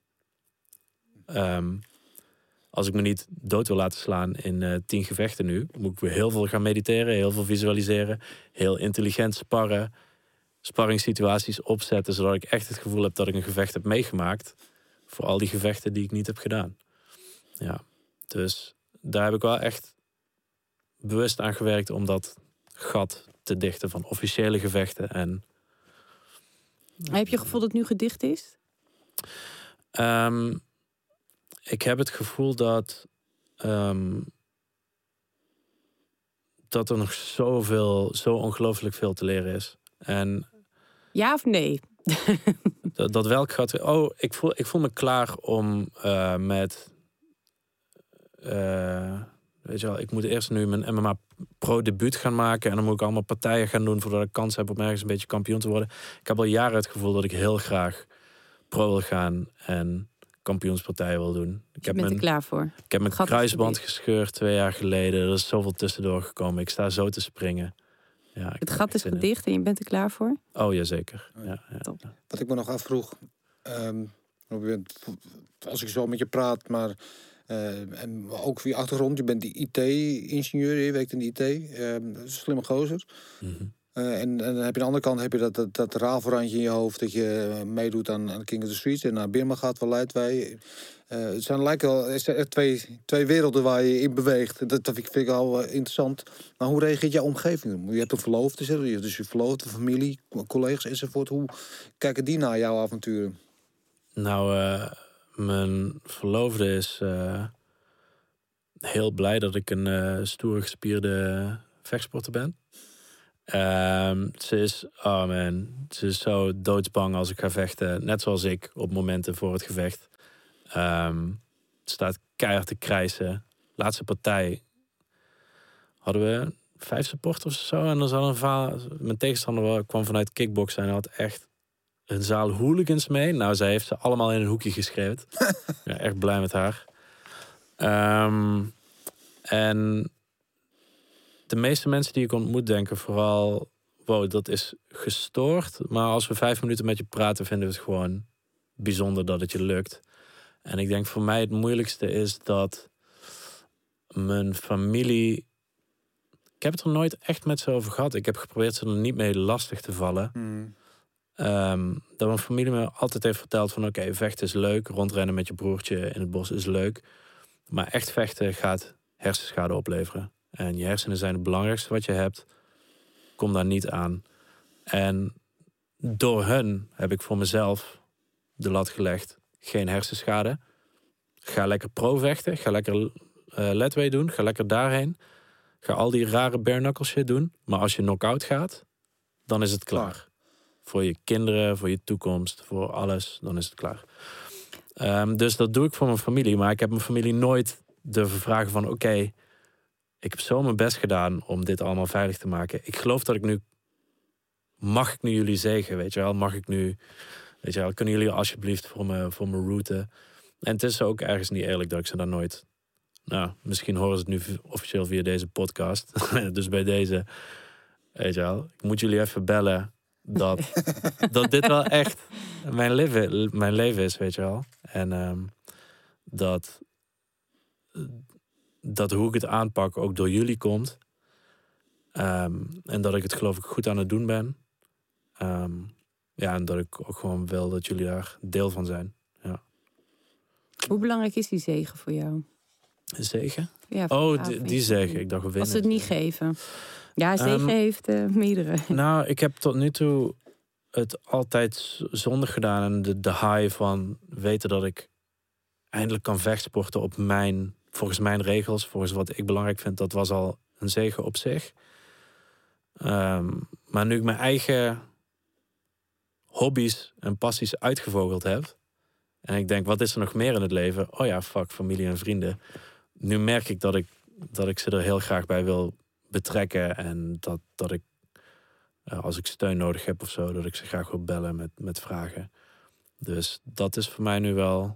als ik me niet dood wil laten slaan in 10 gevechten nu, moet ik weer heel veel gaan mediteren, heel veel visualiseren, heel intelligent sparren, sparringssituaties opzetten, zodat ik echt het gevoel heb dat ik een gevecht heb meegemaakt voor al die gevechten die ik niet heb gedaan. Ja, dus daar heb ik wel echt bewust aan gewerkt om dat gat te dichten van officiële gevechten. En heb je het gevoel dat het nu gedicht is? Ik heb het gevoel dat er nog zo ongelooflijk veel te leren is. En ja of nee? dat welk gaat... Oh, ik voel me klaar om met... weet je wel, ik moet eerst nu mijn MMA pro-debuut gaan maken. En dan moet ik allemaal partijen gaan doen voordat ik kans heb om ergens een beetje kampioen te worden. Ik heb al jaren het gevoel dat ik heel graag pro wil gaan en kampioenspartijen wil doen. Je bent er klaar voor. Ik heb mijn kruisband gescheurd 2 jaar geleden. Er is zoveel tussendoor gekomen. Ik sta zo te springen. Ja, het gat is gedicht en je bent er klaar voor? Oh, jazeker. Ja. Wat ik me nog afvroeg, als ik zo met je praat, maar en ook voor je achtergrond, je bent die IT-ingenieur, je werkt in de IT, slimme gozer. Mm-hmm. En dan heb je aan de andere kant heb je dat rafelrandje in je hoofd dat je meedoet aan King of the Streets en naar Birma gaat, waar leidt wij. Het zijn lijken wel twee werelden waar je in beweegt. Dat vind ik al interessant. Maar hoe reageert jouw omgeving? Je hebt een verloofde, dus je verloofde, familie, collega's enzovoort. Hoe kijken die naar jouw avonturen? Nou, mijn verloofde is heel blij dat ik een stoere gespierde vechtsporter ben. Ze is zo doodsbang als ik ga vechten. Net zoals ik op momenten voor het gevecht. Ze staat keihard te krijsen. Laatste partij hadden we 5 supporters of zo. En er zat mijn tegenstander kwam vanuit kickboksen en had echt een zaal hooligans mee. Nou, zij heeft ze allemaal in een hoekje geschreeuwd. Ja, echt blij met haar. En de meeste mensen die ik ontmoet denken vooral, wow, dat is gestoord. Maar als we 5 minuten met je praten, vinden we het gewoon bijzonder dat het je lukt. En ik denk voor mij het moeilijkste is dat mijn familie... Ik heb het er nooit echt met ze over gehad. Ik heb geprobeerd ze er niet mee lastig te vallen. Dat mijn familie me altijd heeft verteld van oké, vechten is leuk. Rondrennen met je broertje in het bos is leuk. Maar echt vechten gaat hersenschade opleveren. En je hersenen zijn het belangrijkste wat je hebt. Kom daar niet aan. En door hun heb ik voor mezelf de lat gelegd. Geen hersenschade. Ga lekker pro vechten. Ga lekker ledway doen. Ga lekker daarheen. Ga al die rare bare knuckle shit doen. Maar als je knock-out gaat, dan is het klaar. Voor je kinderen, voor je toekomst, voor alles, dan is het klaar. Dus dat doe ik voor mijn familie. Maar ik heb mijn familie nooit durven vragen van oké, ik heb zo mijn best gedaan om dit allemaal veilig te maken. Ik geloof dat mag ik nu jullie zeggen, weet je wel? Mag ik nu, weet je wel, kunnen jullie alsjeblieft voor me routen? En het is ook ergens niet eerlijk dat ik ze daar nooit... Nou, misschien horen ze het nu officieel via deze podcast. Dus bij deze, weet je wel, ik moet jullie even bellen dat dit wel echt mijn leven is, weet je wel. En dat hoe ik het aanpak ook door jullie komt. En dat ik het geloof ik goed aan het doen ben. En dat ik ook gewoon wil dat jullie daar deel van zijn. Ja. Hoe belangrijk is die zegen voor jou? Een zegen? Ja, die zegen. Ik dacht winnen. Als ze het niet geven. Ja, zegen heeft meerdere. Nou, ik heb tot nu toe het altijd zondig gedaan. En de high van weten dat ik eindelijk kan vechtsporten op volgens mijn regels. Volgens wat ik belangrijk vind. Dat was al een zegen op zich. Maar nu ik mijn eigen hobby's en passies uitgevogeld heb. En ik denk, wat is er nog meer in het leven? Oh ja, fuck, familie en vrienden. Nu merk ik dat ik ze er heel graag bij wil betrekken. En dat ik, als ik steun nodig heb of zo, dat ik ze graag wil bellen met vragen. Dus dat is voor mij nu wel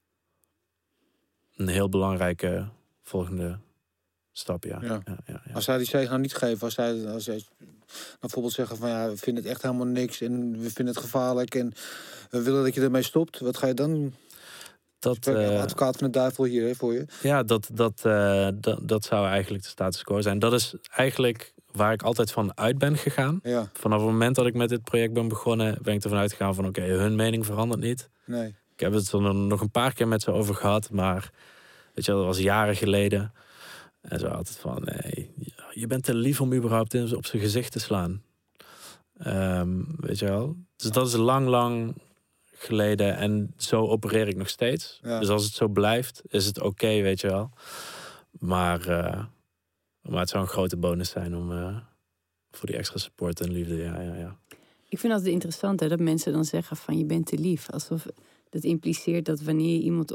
een heel belangrijke volgende stap, ja. Ja. Als zij die zegen nou niet geven, als zij bijvoorbeeld zeggen van ja, we vinden het echt helemaal niks en we vinden het gevaarlijk en we willen dat je ermee stopt, wat ga je dan doen? Advocaat van de duivel hier hè, voor je. Ja, dat zou eigenlijk de status quo zijn. Dat is eigenlijk waar ik altijd van uit ben gegaan. Ja. Vanaf het moment dat ik met dit project ben begonnen, ben ik ervan uitgegaan van oké, hun mening verandert niet. Nee. Ik heb het er nog een paar keer met ze over gehad, maar weet je, dat was jaren geleden. En zo altijd van, nee, je bent te lief om überhaupt op zijn gezicht te slaan. Weet je wel? Dus dat is lang geleden. En zo opereer ik nog steeds. Ja. Dus als het zo blijft, is het oké, weet je wel. Maar het zou een grote bonus zijn om voor die extra support en liefde. Ja. Ik vind het interessant dat mensen dan zeggen van je bent te lief. Alsof dat impliceert dat wanneer je iemand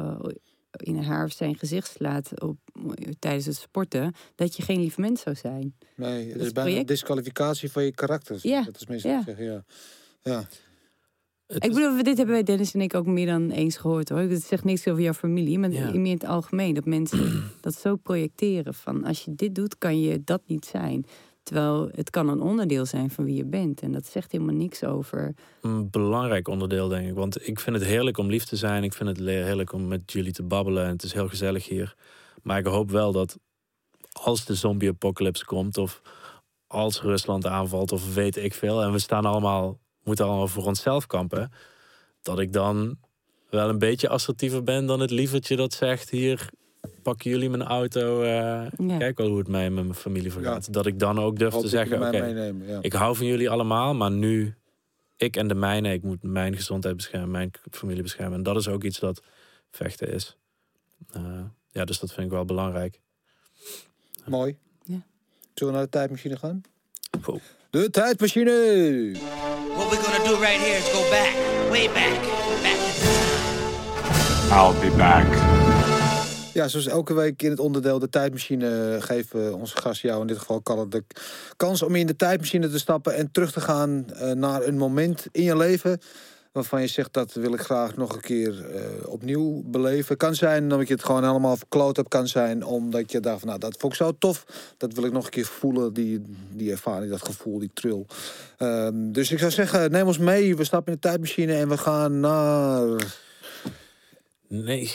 in haar of zijn gezicht slaat tijdens het sporten, dat je geen lief mens zou zijn. Nee, het is bijna een disqualificatie van je karakter. Ja. Dat is mensen zeggen, ja. Ik bedoel, dit hebben wij Dennis en ik ook meer dan eens gehoord, hoor. Het zegt niks over jouw familie, maar meer in het algemeen. Dat mensen dat zo projecteren van als je dit doet, kan je dat niet zijn. Terwijl het kan een onderdeel zijn van wie je bent. En dat zegt helemaal niks over. Een belangrijk onderdeel, denk ik. Want ik vind het heerlijk om lief te zijn. Ik vind het heerlijk om met jullie te babbelen. En het is heel gezellig hier. Maar ik hoop wel dat als de zombie-apocalypse komt, of als Rusland aanvalt, of weet ik veel, en we moeten allemaal voor onszelf kampen, dat ik dan wel een beetje assertiever ben dan het lievertje dat zegt, hier, pakken jullie mijn auto, kijk wel hoe het mij met mijn familie vergaat. Ja. Dat ik dan ook durf te zeggen, oké, ik hou van jullie allemaal, maar nu, ik en de mijne, ik moet mijn gezondheid beschermen, mijn familie beschermen. En dat is ook iets dat vechten is. Dus dat vind ik wel belangrijk. Mooi. Ja. Zullen we naar de tijdmachine gaan? Wow. De tijdmachine! What we're gonna do right here is go back, way back in time. I'll be back. Ja, zoals elke week in het onderdeel de tijdmachine geven onze gast jou, in dit geval Kalle, de kans om in de tijdmachine te stappen en terug te gaan naar een moment in je leven waarvan je zegt, dat wil ik graag nog een keer opnieuw beleven. Kan zijn omdat je het gewoon helemaal verkloot hebt. Kan zijn omdat je dacht van, nou, dat vond ik zo tof. Dat wil ik nog een keer voelen, die ervaring, dat gevoel, die trill. Dus ik zou zeggen, neem ons mee. We stappen in de tijdmachine en we gaan naar... Nee,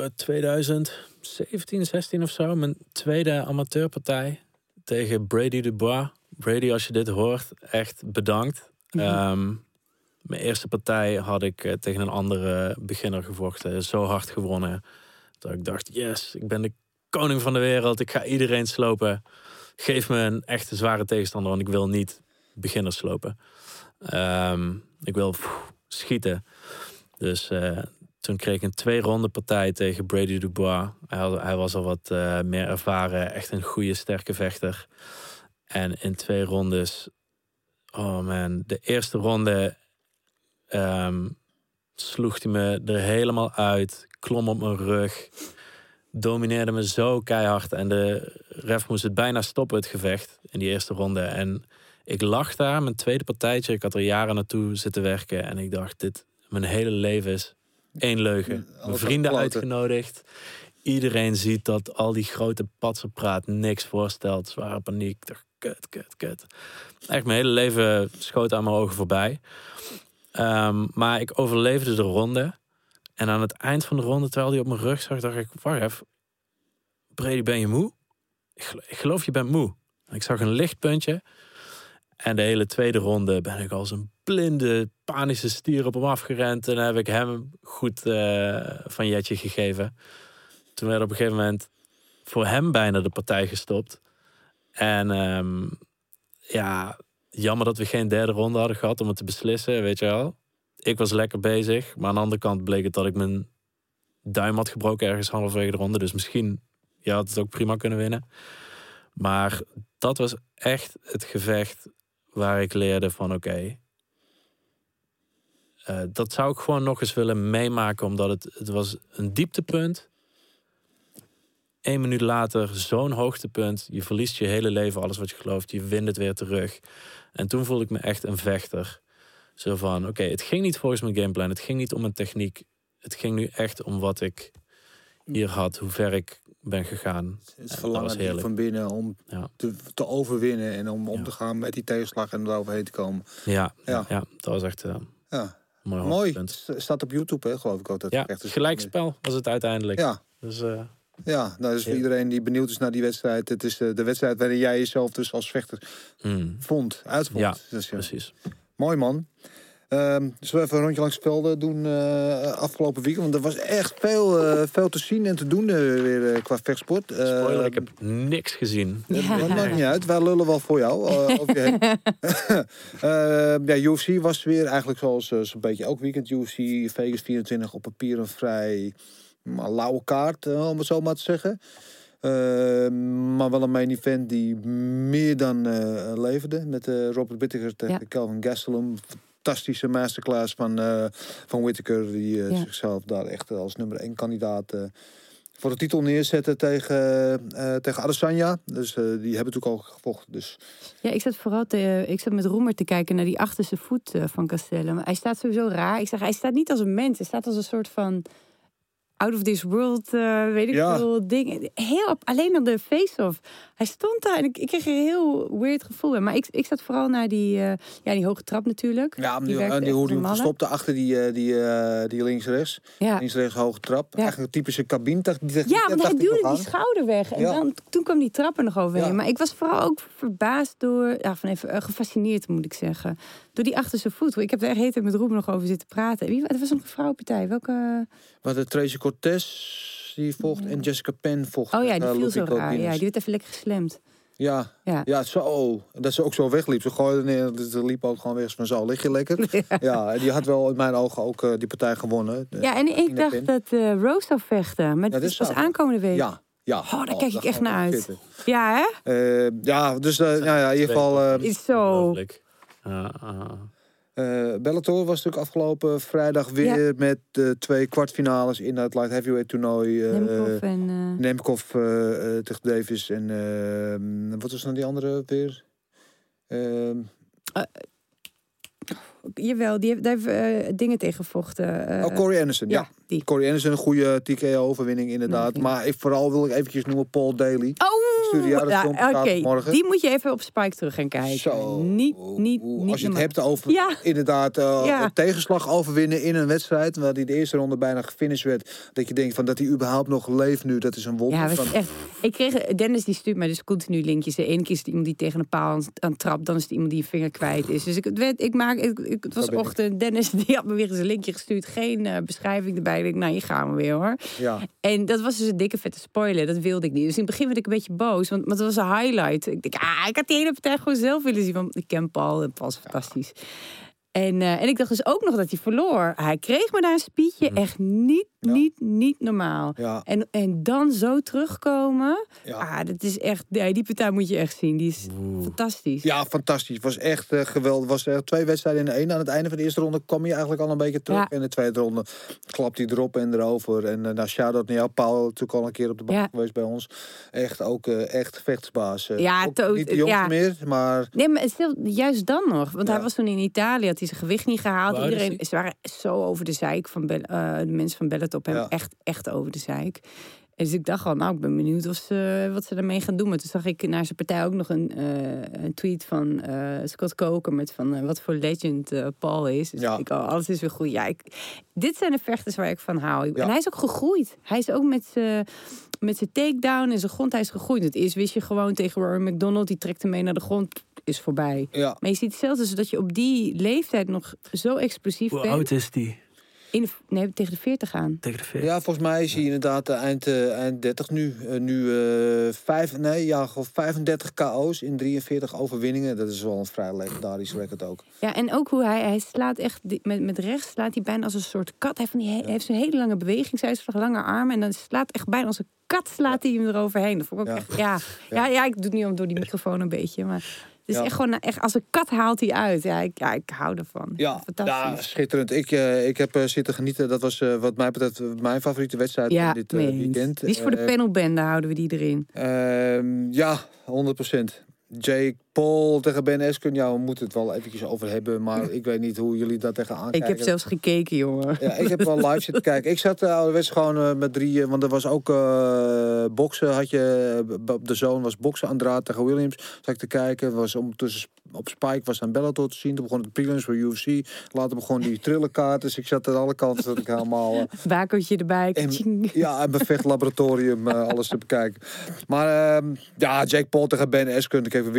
2017, 16 of zo. Mijn tweede amateurpartij tegen Brady Dubois. Brady, als je dit hoort, echt bedankt. Mijn eerste partij had ik tegen een andere beginner gevochten. Zo hard gewonnen. Dat ik dacht, yes, ik ben de koning van de wereld. Ik ga iedereen slopen. Geef me een echte zware tegenstander, want ik wil niet beginners slopen. Ik wil schieten. Dus toen kreeg ik een 2-ronde partij tegen Brady Dubois. Hij was al wat meer ervaren. Echt een goede, sterke vechter. En in 2 rondes... Oh man, de eerste ronde... sloeg hij me er helemaal uit. Klom op mijn rug. Domineerde me zo keihard. En de ref moest het bijna stoppen, het gevecht. In die eerste ronde. En ik lag daar, mijn tweede partijtje. Ik had er jaren naartoe zitten werken. En ik dacht, mijn hele leven is 1 leugen. Mijn vrienden uitgenodigd. Iedereen ziet dat al die grote patsenpraat niks voorstelt. Zware paniek. Ik dacht, kut. Echt, mijn hele leven schoot aan mijn ogen voorbij. Maar ik overleefde de ronde. En aan het eind van de ronde, terwijl hij op mijn rug zag, dacht ik, wacht even. Brady, ben je moe? Ik geloof je bent moe. En ik zag een lichtpuntje. En de hele tweede ronde ben ik als een blinde, panische stier op hem afgerend. En heb ik hem goed van Jetje gegeven. Toen werd op een gegeven moment voor hem bijna de partij gestopt. En jammer dat we geen derde ronde hadden gehad om het te beslissen, weet je wel. Ik was lekker bezig, maar aan de andere kant bleek het dat ik mijn duim had gebroken ergens halverwege de ronde. Dus misschien had het ook prima kunnen winnen. Maar dat was echt het gevecht waar ik leerde van oké, dat zou ik gewoon nog eens willen meemaken, omdat het was een dieptepunt. 1 minuut later zo'n hoogtepunt. Je verliest je hele leven alles wat je gelooft. Je wint het weer terug. En toen voelde ik me echt een vechter. Zo van, oké, het ging niet volgens mijn gameplan. Het ging niet om mijn techniek. Het ging nu echt om wat ik hier had. Hoe ver ik ben gegaan. Het verlangen van binnen om te overwinnen. En om te gaan met die tegenslag en eroverheen te komen. Ja, dat was echt mooi. Staat op YouTube, hè, geloof ik ook. Dat echt gelijkspel was het uiteindelijk. Ja. Dus, dus voor iedereen die benieuwd is naar die wedstrijd. Het is de wedstrijd waarin jij jezelf dus als vechter uitvond. Ja, dus, precies. Mooi, man. Dus we even een rondje langs de velden doen afgelopen weekend. Want er was echt veel te zien en te doen weer qua vechtsport. Spoiler, ik heb niks gezien. Dat maakt niet uit. Wij lullen wel voor jou. Over je heen. UFC was weer eigenlijk zoals zo'n beetje elk weekend. UFC Vegas 24 op papier een vrij lauwe kaart, om het zo maar te zeggen. Maar wel een main event die meer dan leverde. Met Robert Whittaker tegen Kelvin Gastelum. Fantastische masterclass van Whittaker. Die zichzelf daar echt als nummer 1 kandidaat voor de titel neerzetten tegen Adesanya. Dus die hebben natuurlijk al gevochten. Dus. Ja, ik zat met Roemer te kijken naar die achterste voet van Gastelum. Hij staat sowieso raar. Ik zeg, hij staat niet als een mens. Hij staat als een soort van out of this world, weet ik veel, dingen. Alleen op de face-off. Hij stond daar en ik kreeg een heel weird gevoel bij. Maar ik zat vooral naar die hoge trap natuurlijk. Ja, hoe die stopte achter die links-rechts. Ja. Links-rechts hoge trap. Ja. Eigenlijk een typische cabine. Want hij duwde die schouder weg. En toen kwam die trap er nog overheen. Ja. Maar ik was vooral ook verbaasd gefascineerd moet ik zeggen. Door die achterste voet. Ik heb er echt heet met Roemer nog over zitten praten. Het was een vrouwenpartij. Welke? Wat Tracy Cortez die vocht en Jessica Penn vocht. Oh ja, die viel zo raar. Ja, die werd even lekker geslamd. Ja, zo. Dat ze ook zo wegliep. Ze gooide neer, ze liep ook gewoon weg van zo. Lig je lekker? Ja, die had wel in mijn ogen ook die partij gewonnen. En ik dacht dat Rose zou vechten. Maar dat is pas aankomende week. Ja. Daar kijk ik echt naar uit. Zitten. Ja, hè? Dus in ieder geval. Is zo. Bellator was natuurlijk afgelopen vrijdag weer met 2 kwartfinales in het light heavyweight toernooi. Nemkov tegen Davis en wat was dan die andere weer? Jawel, die heeft dingen tegengevochten. Corey Anderson, ja. Die. Corey Anderson, een goede TKO-overwinning inderdaad. Nee. Maar vooral wil ik eventjes noemen Paul Daly. Oké, die moet je even op Spike terug gaan kijken. Zo, niet als je het hebt over inderdaad tegenslag overwinnen in een wedstrijd, waar hij de eerste ronde bijna gefinished werd, dat je denkt van dat hij überhaupt nog leeft nu, dat is een wonder. Ja, echt. Ik kreeg Dennis die stuurt mij dus continu linkjes. De ene keer is het iemand die tegen een paal aan trapt, dan is het iemand die een vinger kwijt is. Dus het was ochtend. Dennis die had me weer eens een linkje gestuurd, geen beschrijving erbij. Ik dacht, hier gaan we weer hoor. Ja. En dat was dus een dikke vette spoiler. Dat wilde ik niet. Dus in het begin werd ik een beetje boos. Want het was een highlight. Ik denk, ik had die hele partij gewoon zelf willen zien. Want ik ken Paul. Het was fantastisch. En ik dacht dus ook nog dat hij verloor. Hij kreeg me daar een spietje. Echt niet normaal. Ja. En dan zo terugkomen. Ja. Dat is echt. Die partij moet je echt zien. Die is fantastisch. Ja, fantastisch. Het was echt geweldig. Het was 2 wedstrijden in 1. Aan het einde van de eerste ronde kwam je eigenlijk al een beetje terug. En in de tweede ronde klapt hij erop en erover. En shout-out naar jou, Paul. Natuurlijk al een keer op de bank geweest bij ons. Echt ook echt vechtsbaas. Niet de jongste meer, maar. Nee, maar stil, juist dan nog. Want hij was toen in Italië. Had hij zijn gewicht niet gehaald. Ze waren zo over de zeik van de mensen van Bellator op hem. Echt over de zeik. En dus ik dacht al, ik ben benieuwd wat ze daarmee gaan doen. Maar toen zag ik naar zijn partij ook nog een tweet van Scott Coker met van wat voor legend Paul is. Dus ik alles is weer goed. Ja, dit zijn de vechters waar ik van hou. En hij is ook gegroeid. Hij is ook met zijn takedown en zijn grond, hij is gegroeid. Het eerst wist je gewoon tegen Rory McDonald, die trekt hem mee naar de grond, is voorbij. Ja. Maar je ziet hetzelfde, dus dat je op die leeftijd nog zo explosief bent. Hoe oud is die? Tegen de 40 aan. Tegen de 40. Ja, volgens mij is hij inderdaad eind 30 nu. Nu 35 KO's in 43 overwinningen. Dat is wel een vrij legendarisch record ook. Ja, en ook hoe hij slaat echt, met rechts slaat hij bijna als een soort kat. Hij heeft zo'n hele lange beweging, zij heeft lange armen. En dan slaat echt bijna als een kat slaat hij hem eroverheen. Dat vond ik ook echt, ik doe het niet om door die microfoon een beetje, maar. Dus echt gewoon, echt, als een kat haalt hij uit. Ja, ik hou ervan. Ja, fantastisch. Schitterend. Ik heb zitten genieten. Dat was wat mij betreft mijn favoriete wedstrijd van dit weekend. Die is voor de panelband, houden we die erin. 100%. Jake Paul tegen Ben Askren. Ja, we moeten het wel eventjes over hebben. Maar ik weet niet hoe jullie dat tegenaan kijken. Ik heb zelfs gekeken, jongen. Ja, ik heb wel live zitten kijken. Ik zat ouderwets gewoon met 3... Want er was ook boksen. Had je op de zone was boksen. Andrade tegen Williams. Zat ik te kijken. Was ondertussen op Spike was aan Bellator te zien. Toen begon het prelims voor UFC. Later begon die trillenkaart. Dus ik zat aan alle kanten. Zat ik helemaal... Bakertje erbij. En mijn vechtlaboratorium. Alles te bekijken. Maar Jake Paul tegen Ben Askren. We wisten van tevoren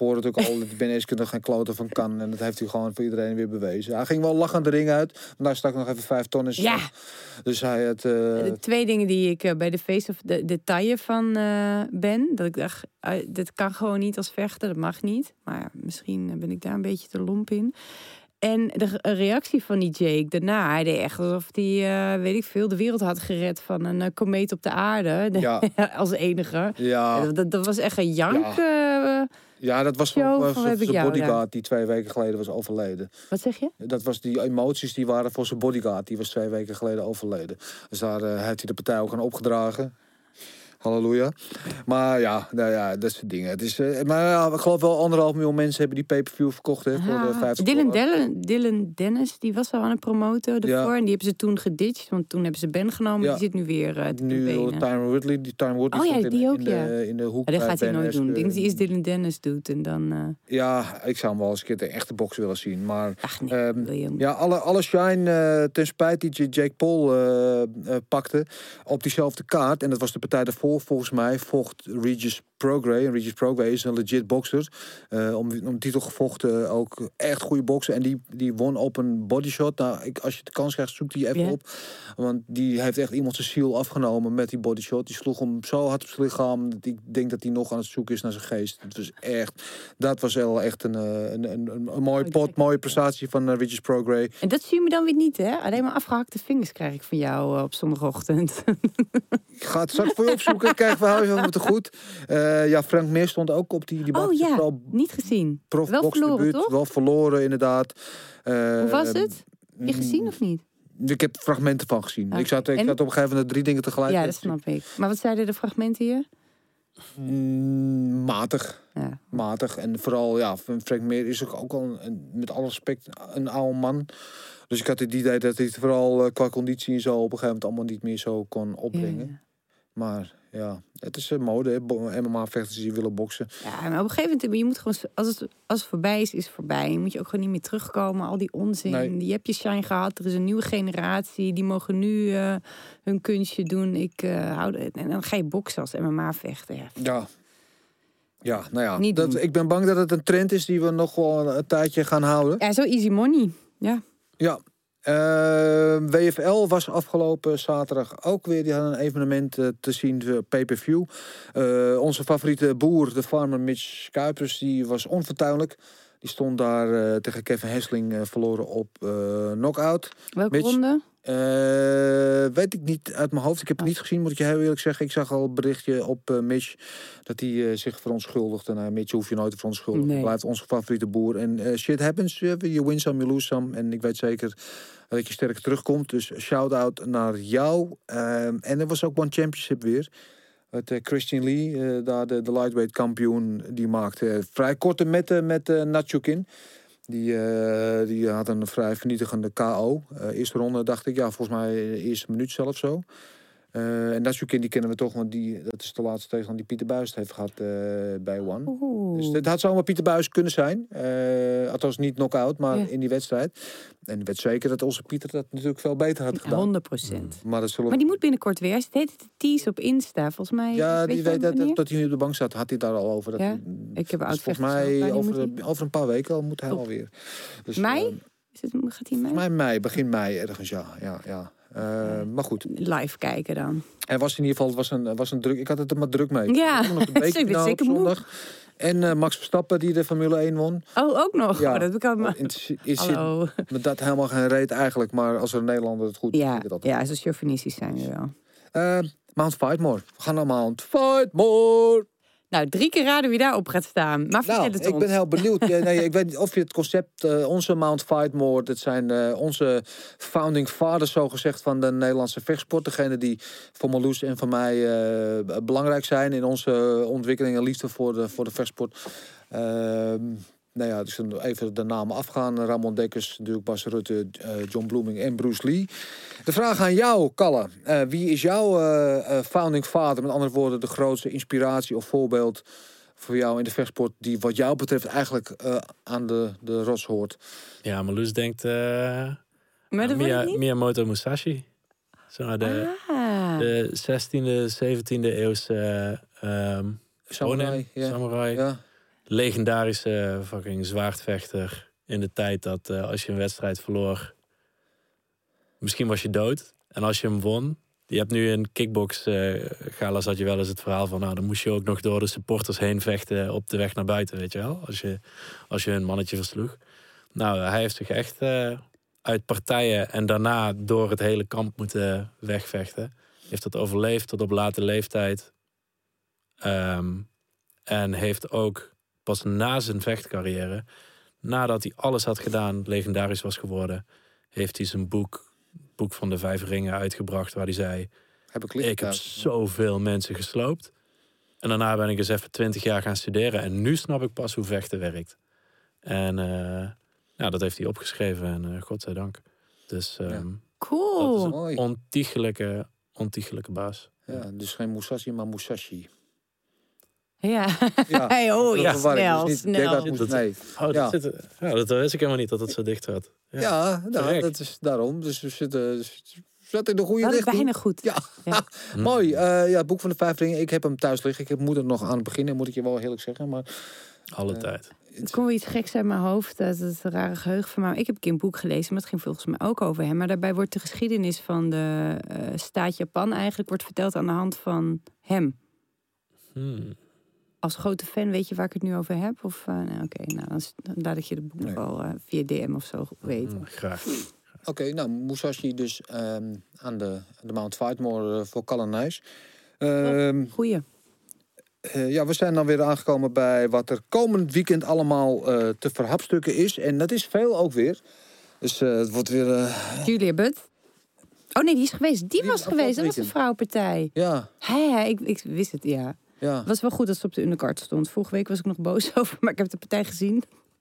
tevoren natuurlijk al dat Ben Askren er geen kloten van kan. En dat heeft hij gewoon voor iedereen weer bewezen. Hij ging wel lachend de ring uit. Maar daar stak nog even 5 ton in. Ja. Dus hij had... De 2 dingen die ik bij de face of de taille van Ben. Dat ik dacht, dit kan gewoon niet als vechter. Dat mag niet. Maar ja, misschien ben ik daar een beetje te lomp in. En de reactie van die Jake daarna, hij deed echt alsof hij, weet ik veel, de wereld had gered van een komeet op de aarde. Ja. Als enige. Ja. Dat was echt een jank. Ja, dat was show van zijn bodyguard die 2 weken geleden was overleden. Wat zeg je? Dat was die emoties die waren voor zijn bodyguard. Die was 2 weken geleden overleden. Dus daar heeft hij de partij ook aan opgedragen. Halleluja. Maar ja, nou ja, dat soort dingen. Het is, maar ja, ik geloof wel 1,5 miljoen mensen hebben die pay-per-view verkocht. Hè, voor $50. Dylan Dennis, die was al aan het promoten ervoor. Ja. En die hebben ze toen geditcht. Want toen hebben ze Ben genomen. Ja. Die zit nu weer te benen. Tyron Woodley. Oh ja, die ook, in de hoek. Ja, dat gaat hij nooit doen. Ik denk dat hij eerst Dylan Dennis doet. En dan... Ja, ik zou hem wel eens een keer de echte box willen zien. Maar ach, nee, ja, alle shine ten spijt die Jake Paul pakte op diezelfde kaart. En dat was de partij daarvoor. Volgens mij vocht Regis Prograis. En Regis Prograis is een legit boxer. Om titel gevochten, ook echt goede bokser. En die won op een bodyshot. Nou, als je de kans krijgt, zoek die even op. Want die heeft echt iemand zijn ziel afgenomen met die bodyshot. Die sloeg hem zo hard op zijn lichaam. Dat ik denk dat hij nog aan het zoeken is naar zijn geest. Dat was wel echt een mooie mooie prestatie van Regis Prograis. En dat zie je me dan weer niet, hè? Alleen maar afgehakte vingers krijg ik van jou op zondagochtend. Ik ga het straks voor je opzoeken. Kijk, we houden je te goed. Ja, Frank Mir stond ook op die Oh ja, niet gezien. Wel verloren, toch? Wel verloren, inderdaad. Hoe was het? Heb je gezien of niet? Ik heb fragmenten van gezien. Okay. Ik zat op een gegeven moment 3 dingen tegelijk. Ja, dat snap ik. Maar wat zeiden de fragmenten hier? Matig. Ja. Matig. En vooral, ja, Frank Mir is ook al, met alle respect, een oude man. Dus ik had het idee dat hij het vooral qua conditie en zo op een gegeven moment allemaal niet meer zo kon opbrengen. Ja. Maar ja, het is mode. MMA-vechters die willen boksen. Ja, maar op een gegeven moment, je moet gewoon, als het voorbij is, is het voorbij. Je moet je ook gewoon niet meer terugkomen. Al die onzin. Nee. Je hebt je shine gehad. Er is een nieuwe generatie. Die mogen nu hun kunstje doen. En dan ga je boksen als MMA-vechter. Ja, nou ja. Ik ben bang dat het een trend is die we nog wel een tijdje gaan houden. Ja, zo easy money. Ja. Ja. WFL was afgelopen zaterdag ook weer. Die hadden een evenement te zien, pay-per-view. Onze favoriete boer, de farmer Mitch Kuipers, die was onvertuinlijk. Die stond daar tegen Kevin Hesling verloren op knockout. Welke ronde? Weet ik niet uit mijn hoofd. Ik heb het niet gezien, moet ik je heel eerlijk zeggen. Ik zag al een berichtje op Mitch dat hij zich verontschuldigt. En Mitch hoef je nooit te verontschuldigen. Hij blijft onze favoriete boer. En shit happens. You win some, you lose some. En ik weet zeker dat je sterk terugkomt. Dus shout-out naar jou. En er was ook One Championship weer. Christian Lee, daar de lightweight kampioen, die maakte vrij korte metten met Nachukin. Die had een vrij vernietigende KO. Eerste ronde dacht ik, ja, volgens mij de eerste minuut zelf zo. En Nachukin, die kennen we toch, want dat is de laatste tegenstander die Pieter Buijs heeft gehad bij One. Dus het had zomaar Pieter Buijs kunnen zijn. Althans niet knock-out, maar in die wedstrijd. En ik weet zeker dat onze Pieter dat natuurlijk veel beter had gedaan. 100%. Maar die moet binnenkort weer. Hij heet het tease op Insta, volgens mij. Ja, die weet dat hij nu op de bank zat. Had hij daar al over. Dat hij, ik heb dus volgens mij over een paar weken al moet hij alweer. Dus, mei? Gaat hij mei? Begin mei ergens, ja. Maar goed. Live kijken dan. En was in ieder geval, het was een druk. Ik had het er maar druk mee. Ja, zeker op zondag. En Max Verstappen die de Formule 1 won. Oh, ook nog? Ja. Dat kan maar. Hallo. Met dat helemaal geen reet eigenlijk. Maar als een Nederlander het goed doet. Ja, zo chauvinistisch zijn we wel. Mount Fightmore. We gaan naar Mount Fightmore. Nou, 3 keer raden wie daarop gaat staan. Maar vertel het ons. Ik ben heel benieuwd. Ik weet niet of je het concept, onze Mount Fightmore, dat zijn onze founding fathers, zo gezegd, van de Nederlandse vechtsport. Degene die voor Marloes en voor mij belangrijk zijn in onze ontwikkeling en liefde voor de vechtsport. Dus even de namen afgaan. Ramon Dekkers, natuurlijk Bas Rutte, John Bloeming en Bruce Lee. De vraag aan jou, Kalle. Wie is jouw founding father? Met andere woorden, de grootste inspiratie of voorbeeld voor jou in de vechtsport, die wat jou betreft eigenlijk aan de rots hoort? Ja, Marloes denkt Miyamoto Musashi. De 16e, 17e eeuwse samurai. Samurai. Ja. legendarische fucking zwaardvechter in de tijd dat als je een wedstrijd verloor, misschien was je dood. En als je hem won, je hebt nu in kickbox galas had je wel eens het verhaal van, nou, dan moest je ook nog door de supporters heen vechten op de weg naar buiten, weet je wel, als je een mannetje versloeg. Nou, hij heeft zich echt uit partijen en daarna door het hele kamp moeten wegvechten. Heeft dat overleefd tot op late leeftijd. En heeft ook pas na zijn vechtcarrière, nadat hij alles had gedaan, legendarisch was geworden, heeft hij zijn boek van de 5 ringen uitgebracht, waar hij zei, ik heb zoveel mensen gesloopt. En daarna ben ik eens even 20 jaar gaan studeren en nu snap ik pas hoe vechten werkt. En dat heeft hij opgeschreven en godzijdank. Dus cool. Dat is een ontiegelijke baas. Ja, dus geen Musashi, maar Musashi. Ja. Ja. Snel. Dat wist ik helemaal niet dat het zo dicht zat. Ja, dat is daarom. Dus we zitten in de goede richting. Bijna goed. Ja. Mooi. Het boek van de 5 ringen. Ik heb hem thuis liggen. Ik moet er nog aan beginnen, moet ik je wel eerlijk zeggen. Maar alle tijd. Er komt iets geks uit mijn hoofd. Dat is een rare geheugen van mij. Ik heb een keer een boek gelezen, maar het ging volgens mij ook over hem. Maar daarbij wordt de geschiedenis van de staat Japan eigenlijk wordt verteld aan de hand van hem. Als grote fan, weet je waar ik het nu over heb? Of oké, dan laat ik je het boek nog wel via DM of zo weten. Graag. Oké, nou, Musashi dus aan de Mount Fightmore voor Cullen Nice. Goeie. We zijn dan weer aangekomen bij wat er komend weekend allemaal te verhapstukken is. En dat is veel ook weer. Dus het wordt weer... Julia Butt. Oh nee, die is geweest. Die was geweest. Dat was de vrouwenpartij. Ja. Ik wist het, ja. Ja. Het was wel goed dat ze op de undercard stond. Vorige week was ik nog boos over, maar ik heb de partij gezien.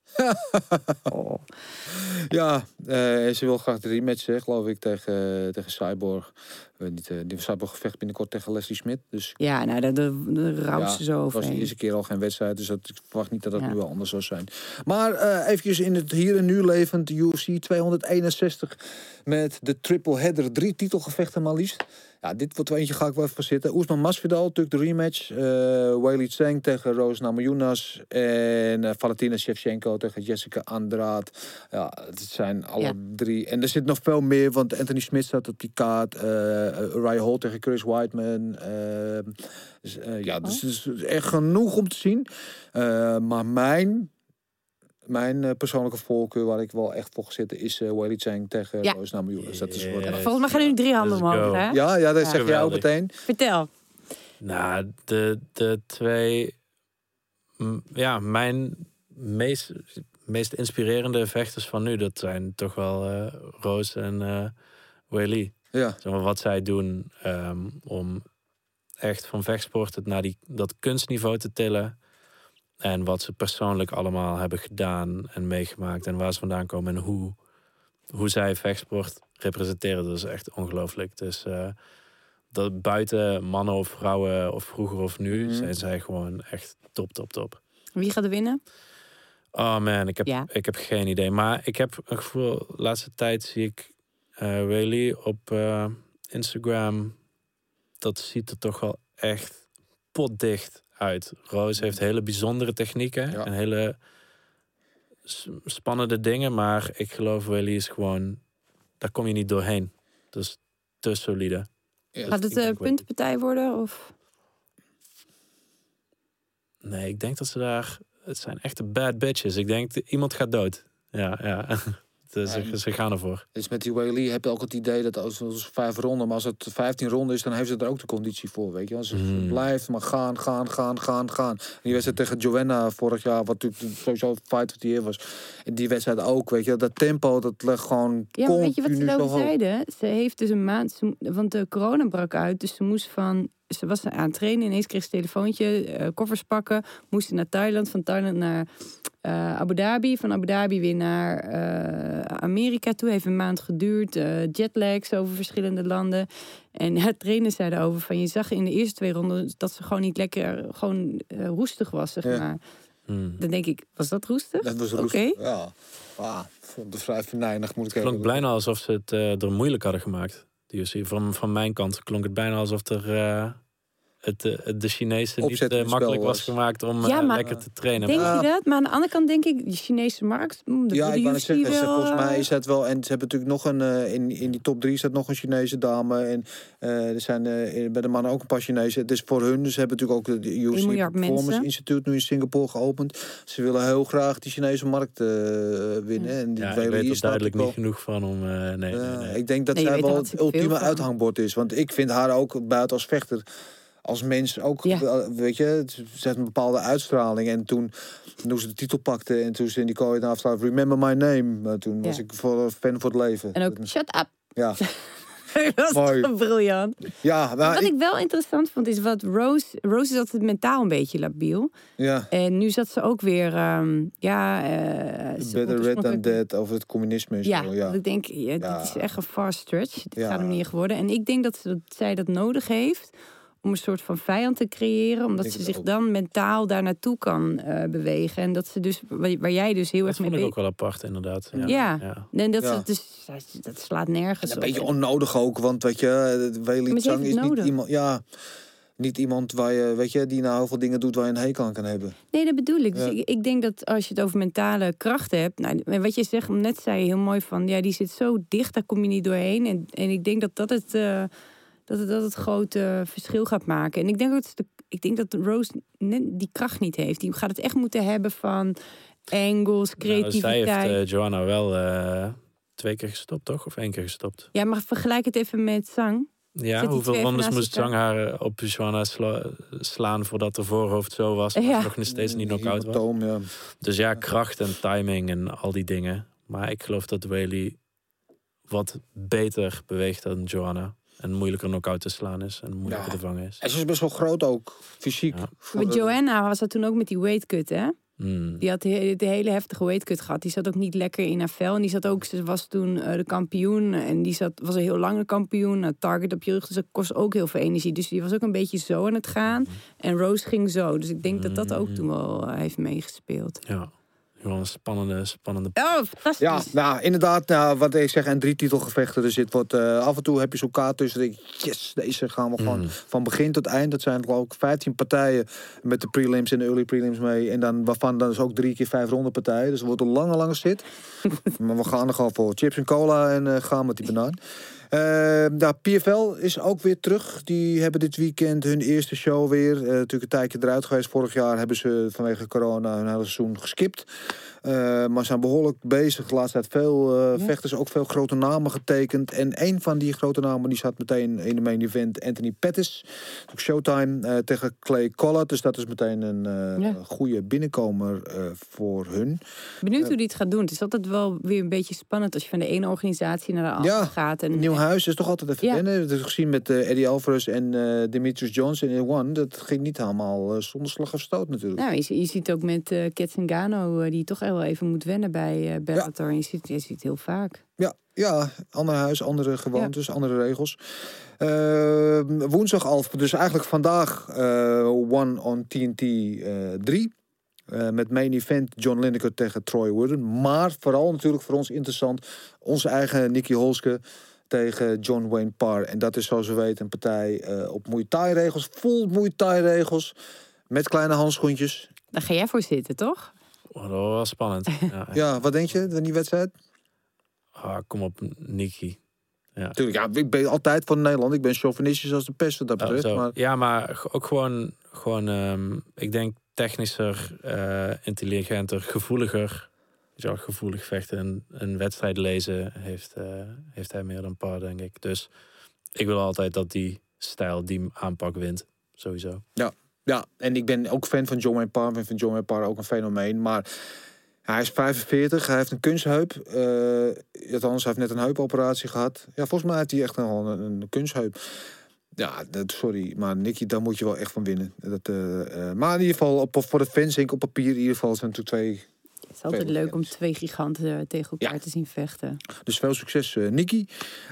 Ja, ze wil graag de rematch, geloof ik, tegen Cyborg. Die Cyborg gevecht binnenkort tegen Leslie Smith. Dus... Ja, nou, daar rouwt ze zo over. Het was de eerste keer al geen wedstrijd, dus ik verwacht niet dat dat nu wel anders zou zijn. Maar eventjes in het hier en nu levend, UFC 261 met de triple header. 3 titelgevechten maar liefst. Ja, dit wordt wel eentje, ga ik wel even zitten. Ousmane Masvidal, natuurlijk de rematch. Weili Zhang tegen Rose Namajunas. En Valentina Shevchenko tegen Jessica Andrade. Ja, het zijn alle 3. En er zit nog veel meer, want Anthony Smith staat op die kaart. Ryan Hall tegen Chris Weidman. Dus het is echt genoeg om te zien. Maar mijn persoonlijke voorkeur, waar ik wel echt voor ga zitten, is Weili Zhang tegen Rose Namajunas. Dat is volgens mij gaan nu 3 handen omhoog, hè? Ja, dat zeg jij ook meteen. Vertel. Nou, de 2... Ja, mijn meest inspirerende vechters van nu, dat zijn toch wel Rose en Weili. Ja. Zeg maar, wat zij doen om echt van vechtsport het naar dat kunstniveau te tillen. En wat ze persoonlijk allemaal hebben gedaan en meegemaakt. En waar ze vandaan komen en hoe zij vechtsport representeren. Dat is echt ongelooflijk. Dus dat buiten mannen of vrouwen of vroeger of nu zijn zij gewoon echt top. Wie gaat er winnen? Oh man, ik heb geen idee. Maar ik heb een gevoel, de laatste tijd zie ik Weili op Instagram. Dat ziet er toch wel echt potdicht uit. Rose heeft hele bijzondere technieken en hele spannende dingen. Maar ik geloof Weili is gewoon, daar kom je niet doorheen. Dus te solide. Ja. Gaat het een puntenpartij worden? Of? Nee, ik denk dat ze daar... Het zijn echte bad bitches. Ik denk, iemand gaat dood. Ja. Ze gaan ervoor. Dus met die Weili heb je ook het idee dat als 5 ronden, maar als het 15 ronden is, dan heeft ze er ook de conditie voor, weet je. Als ze blijft maar gaan. Die wedstrijd tegen Joanna vorig jaar, wat natuurlijk sowieso fight of the year was. En die wedstrijd ook, weet je. Dat tempo, dat ligt gewoon continu. Weet je wat ze daarover zeiden? Ze heeft dus een maand, want de corona brak uit, dus ze was aan het trainen, ineens kreeg ze een telefoontje, koffers pakken, moest naar Thailand, van Thailand naar Abu Dhabi, van Abu Dhabi weer naar Amerika toe. Heeft een maand geduurd, jetlags over verschillende landen. En het trainen zei erover van, je zag in de eerste 2 ronden dat ze gewoon niet lekker, roestig was, zeg maar. Dan denk ik, was dat roestig? Dat was roestig, ja. Vond het vrij venijnig, moet ik even. Het klonk bijna alsof ze het er moeilijk hadden gemaakt. Van mijn kant klonk het bijna alsof er de Chinezen Opzet in niet het makkelijk spel was gemaakt om maar lekker te trainen. Denk je dat? Maar aan de andere kant denk ik, de Chinese markt... Ja, ik wou net zeggen, volgens mij is dat dat wel... En ze hebben natuurlijk nog in die top 3 staat nog een Chinese dame. En er zijn bij de mannen ook een paar Chinezen. Het is voor hun, dus ze hebben natuurlijk ook de UFC Performance Institute nu in Singapore geopend. Ze willen heel graag die Chinese markt winnen. En die ik weet er duidelijk wel niet genoeg van om... Nee. Ik denk dat zij wel het ultieme uithangbord is. Want ik vind haar ook buiten als vechter... Als mens ook, weet je, ze heeft een bepaalde uitstraling. En toen ze de titel pakte en toen ze in die kooi na afsluit, remember my name. Toen was ik fan voor het leven. En ook, shut up. Ja. Dat was toch briljant. Ja, maar wat ik wel interessant vond, is wat Rose is altijd mentaal een beetje labiel. Ja. En nu zat ze ook weer, Better Red Than Dead over het communisme. Ja. Ik denk, dit is echt een far stretch. Dit gaat hem niet worden. En ik denk dat zij dat nodig heeft... om een soort van vijand te creëren. Omdat ze zich dan mentaal daar naartoe kan bewegen. En dat ze dus, waar jij dus heel erg mee... Dat vond ik ook wel apart, inderdaad. Ja. En dat slaat nergens op. Een beetje onnodig ook, want weet je... Weili Zhang is niet iemand... Ja, niet iemand waar je, weet je, die nou heel veel dingen doet waar je een hekel aan kan hebben. Nee, dat bedoel ik. Dus ik denk dat als je het over mentale krachten hebt... Nou, wat je zegt, net zei je heel mooi van... Ja, die zit zo dicht, daar kom je niet doorheen. En ik denk dat het grote verschil gaat maken. En ik denk dat Rose net die kracht niet heeft. Die gaat het echt moeten hebben van angles, creativiteit. Zij heeft Joanna wel 2 keer gestopt, toch? Of 1 keer gestopt? Ja, maar vergelijk het even met Zhang. Ja, hoeveel rondes moest Zhang haar op Joanna slaan voordat de voorhoofd zo was? Ja. Nog steeds niet knock-out was. Ja. Dus ja, kracht en timing en al die dingen. Maar ik geloof dat Weili wat beter beweegt dan Joanna. En moeilijker knock-out te slaan is. En moeilijker te vangen is. En ze is best wel groot ook, fysiek. Ja. Met Joanna was dat toen ook met die weight cut, hè? Die had de hele heftige weight cut gehad. Die zat ook niet lekker in haar vel. En die zat ook, ze was toen de kampioen. En was een heel lange kampioen. Target op je rug. Dus dat kost ook heel veel energie. Dus die was ook een beetje zo aan het gaan. En Rose ging zo. Dus ik denk dat ook toen wel heeft meegespeeld. Ja. Gewoon een spannende... Oh, fantastisch. Ja, nou, inderdaad, wat ik zeg, en 3 titelgevechten. Dus het wordt, af en toe heb je zo'n kaart tussen. Denk ik, yes, deze gaan we gewoon van begin tot eind. Dat zijn geloof ik 15 partijen met de prelims en de early prelims mee. En dan waarvan dan is ook 3 keer 5 ronde partijen. Dus het wordt een lange zit. Maar we gaan er gewoon voor chips en cola en gaan met die banaan. PFL is ook weer terug. Die hebben dit weekend hun eerste show weer. Natuurlijk een tijdje eruit geweest. Vorig jaar hebben ze vanwege corona hun hele seizoen geskipt. Maar zijn behoorlijk bezig. De laatste tijd veel vechters, ook veel grote namen getekend. En een van die grote namen die zat meteen in de main event. Anthony Pettis. Ook Showtime tegen Clay Collard. Dus dat is meteen een goede binnenkomer voor hun. Benieuwd hoe die het gaat doen. Het is altijd wel weer een beetje spannend als je van de ene organisatie naar de andere gaat. En nieuw huis is toch altijd even wennen. Dat is gezien met Eddie Alvarez en Demetrius Johnson in One. Dat ging niet helemaal zonder slag of stoot natuurlijk. Nou, je ziet ook met Ketzengano, die toch wel even moet wennen bij Bellator. En je ziet heel vaak. Ja, ander huis, andere gewoontes, andere regels. Woensdag al, dus eigenlijk vandaag One on TNT 3. Met main event John Lineker tegen Troy Wooden. Maar vooral natuurlijk voor ons interessant, onze eigen Nicky Holske tegen John Wayne Parr. En dat is zoals we weten een partij op Muay Thai regels. Vol Muay Thai regels. Met kleine handschoentjes. Daar ga jij voor zitten, toch? Oh, dat was wel spannend. Ja, wat denk je van die wedstrijd? Kom op, Nicky. Ja. Tuurlijk, ja, ik ben altijd van Nederland. Ik ben chauvinistisch als de pest wat dat betreft. Maar... Ja, maar ook gewoon ik denk technischer, intelligenter, gevoeliger. Gevoelig vechten en een wedstrijd lezen heeft hij meer dan Parr, denk ik. Dus ik wil altijd dat die stijl, die aanpak wint. Sowieso. Ja, en ik ben ook fan van John Wayne Parr. Ik vind John Wayne Parr ook een fenomeen. Maar hij is 45, hij heeft een kunstheup. Althans, hij heeft net een heupoperatie gehad. Ja, volgens mij heeft hij echt een kunstheup. Ja, sorry, maar Nicky, daar moet je wel echt van winnen. Maar in ieder geval, voor de fencing op papier, in ieder geval zijn het twee Het is altijd leuk om 2 giganten tegen elkaar te zien vechten. Dus veel succes, Nikki.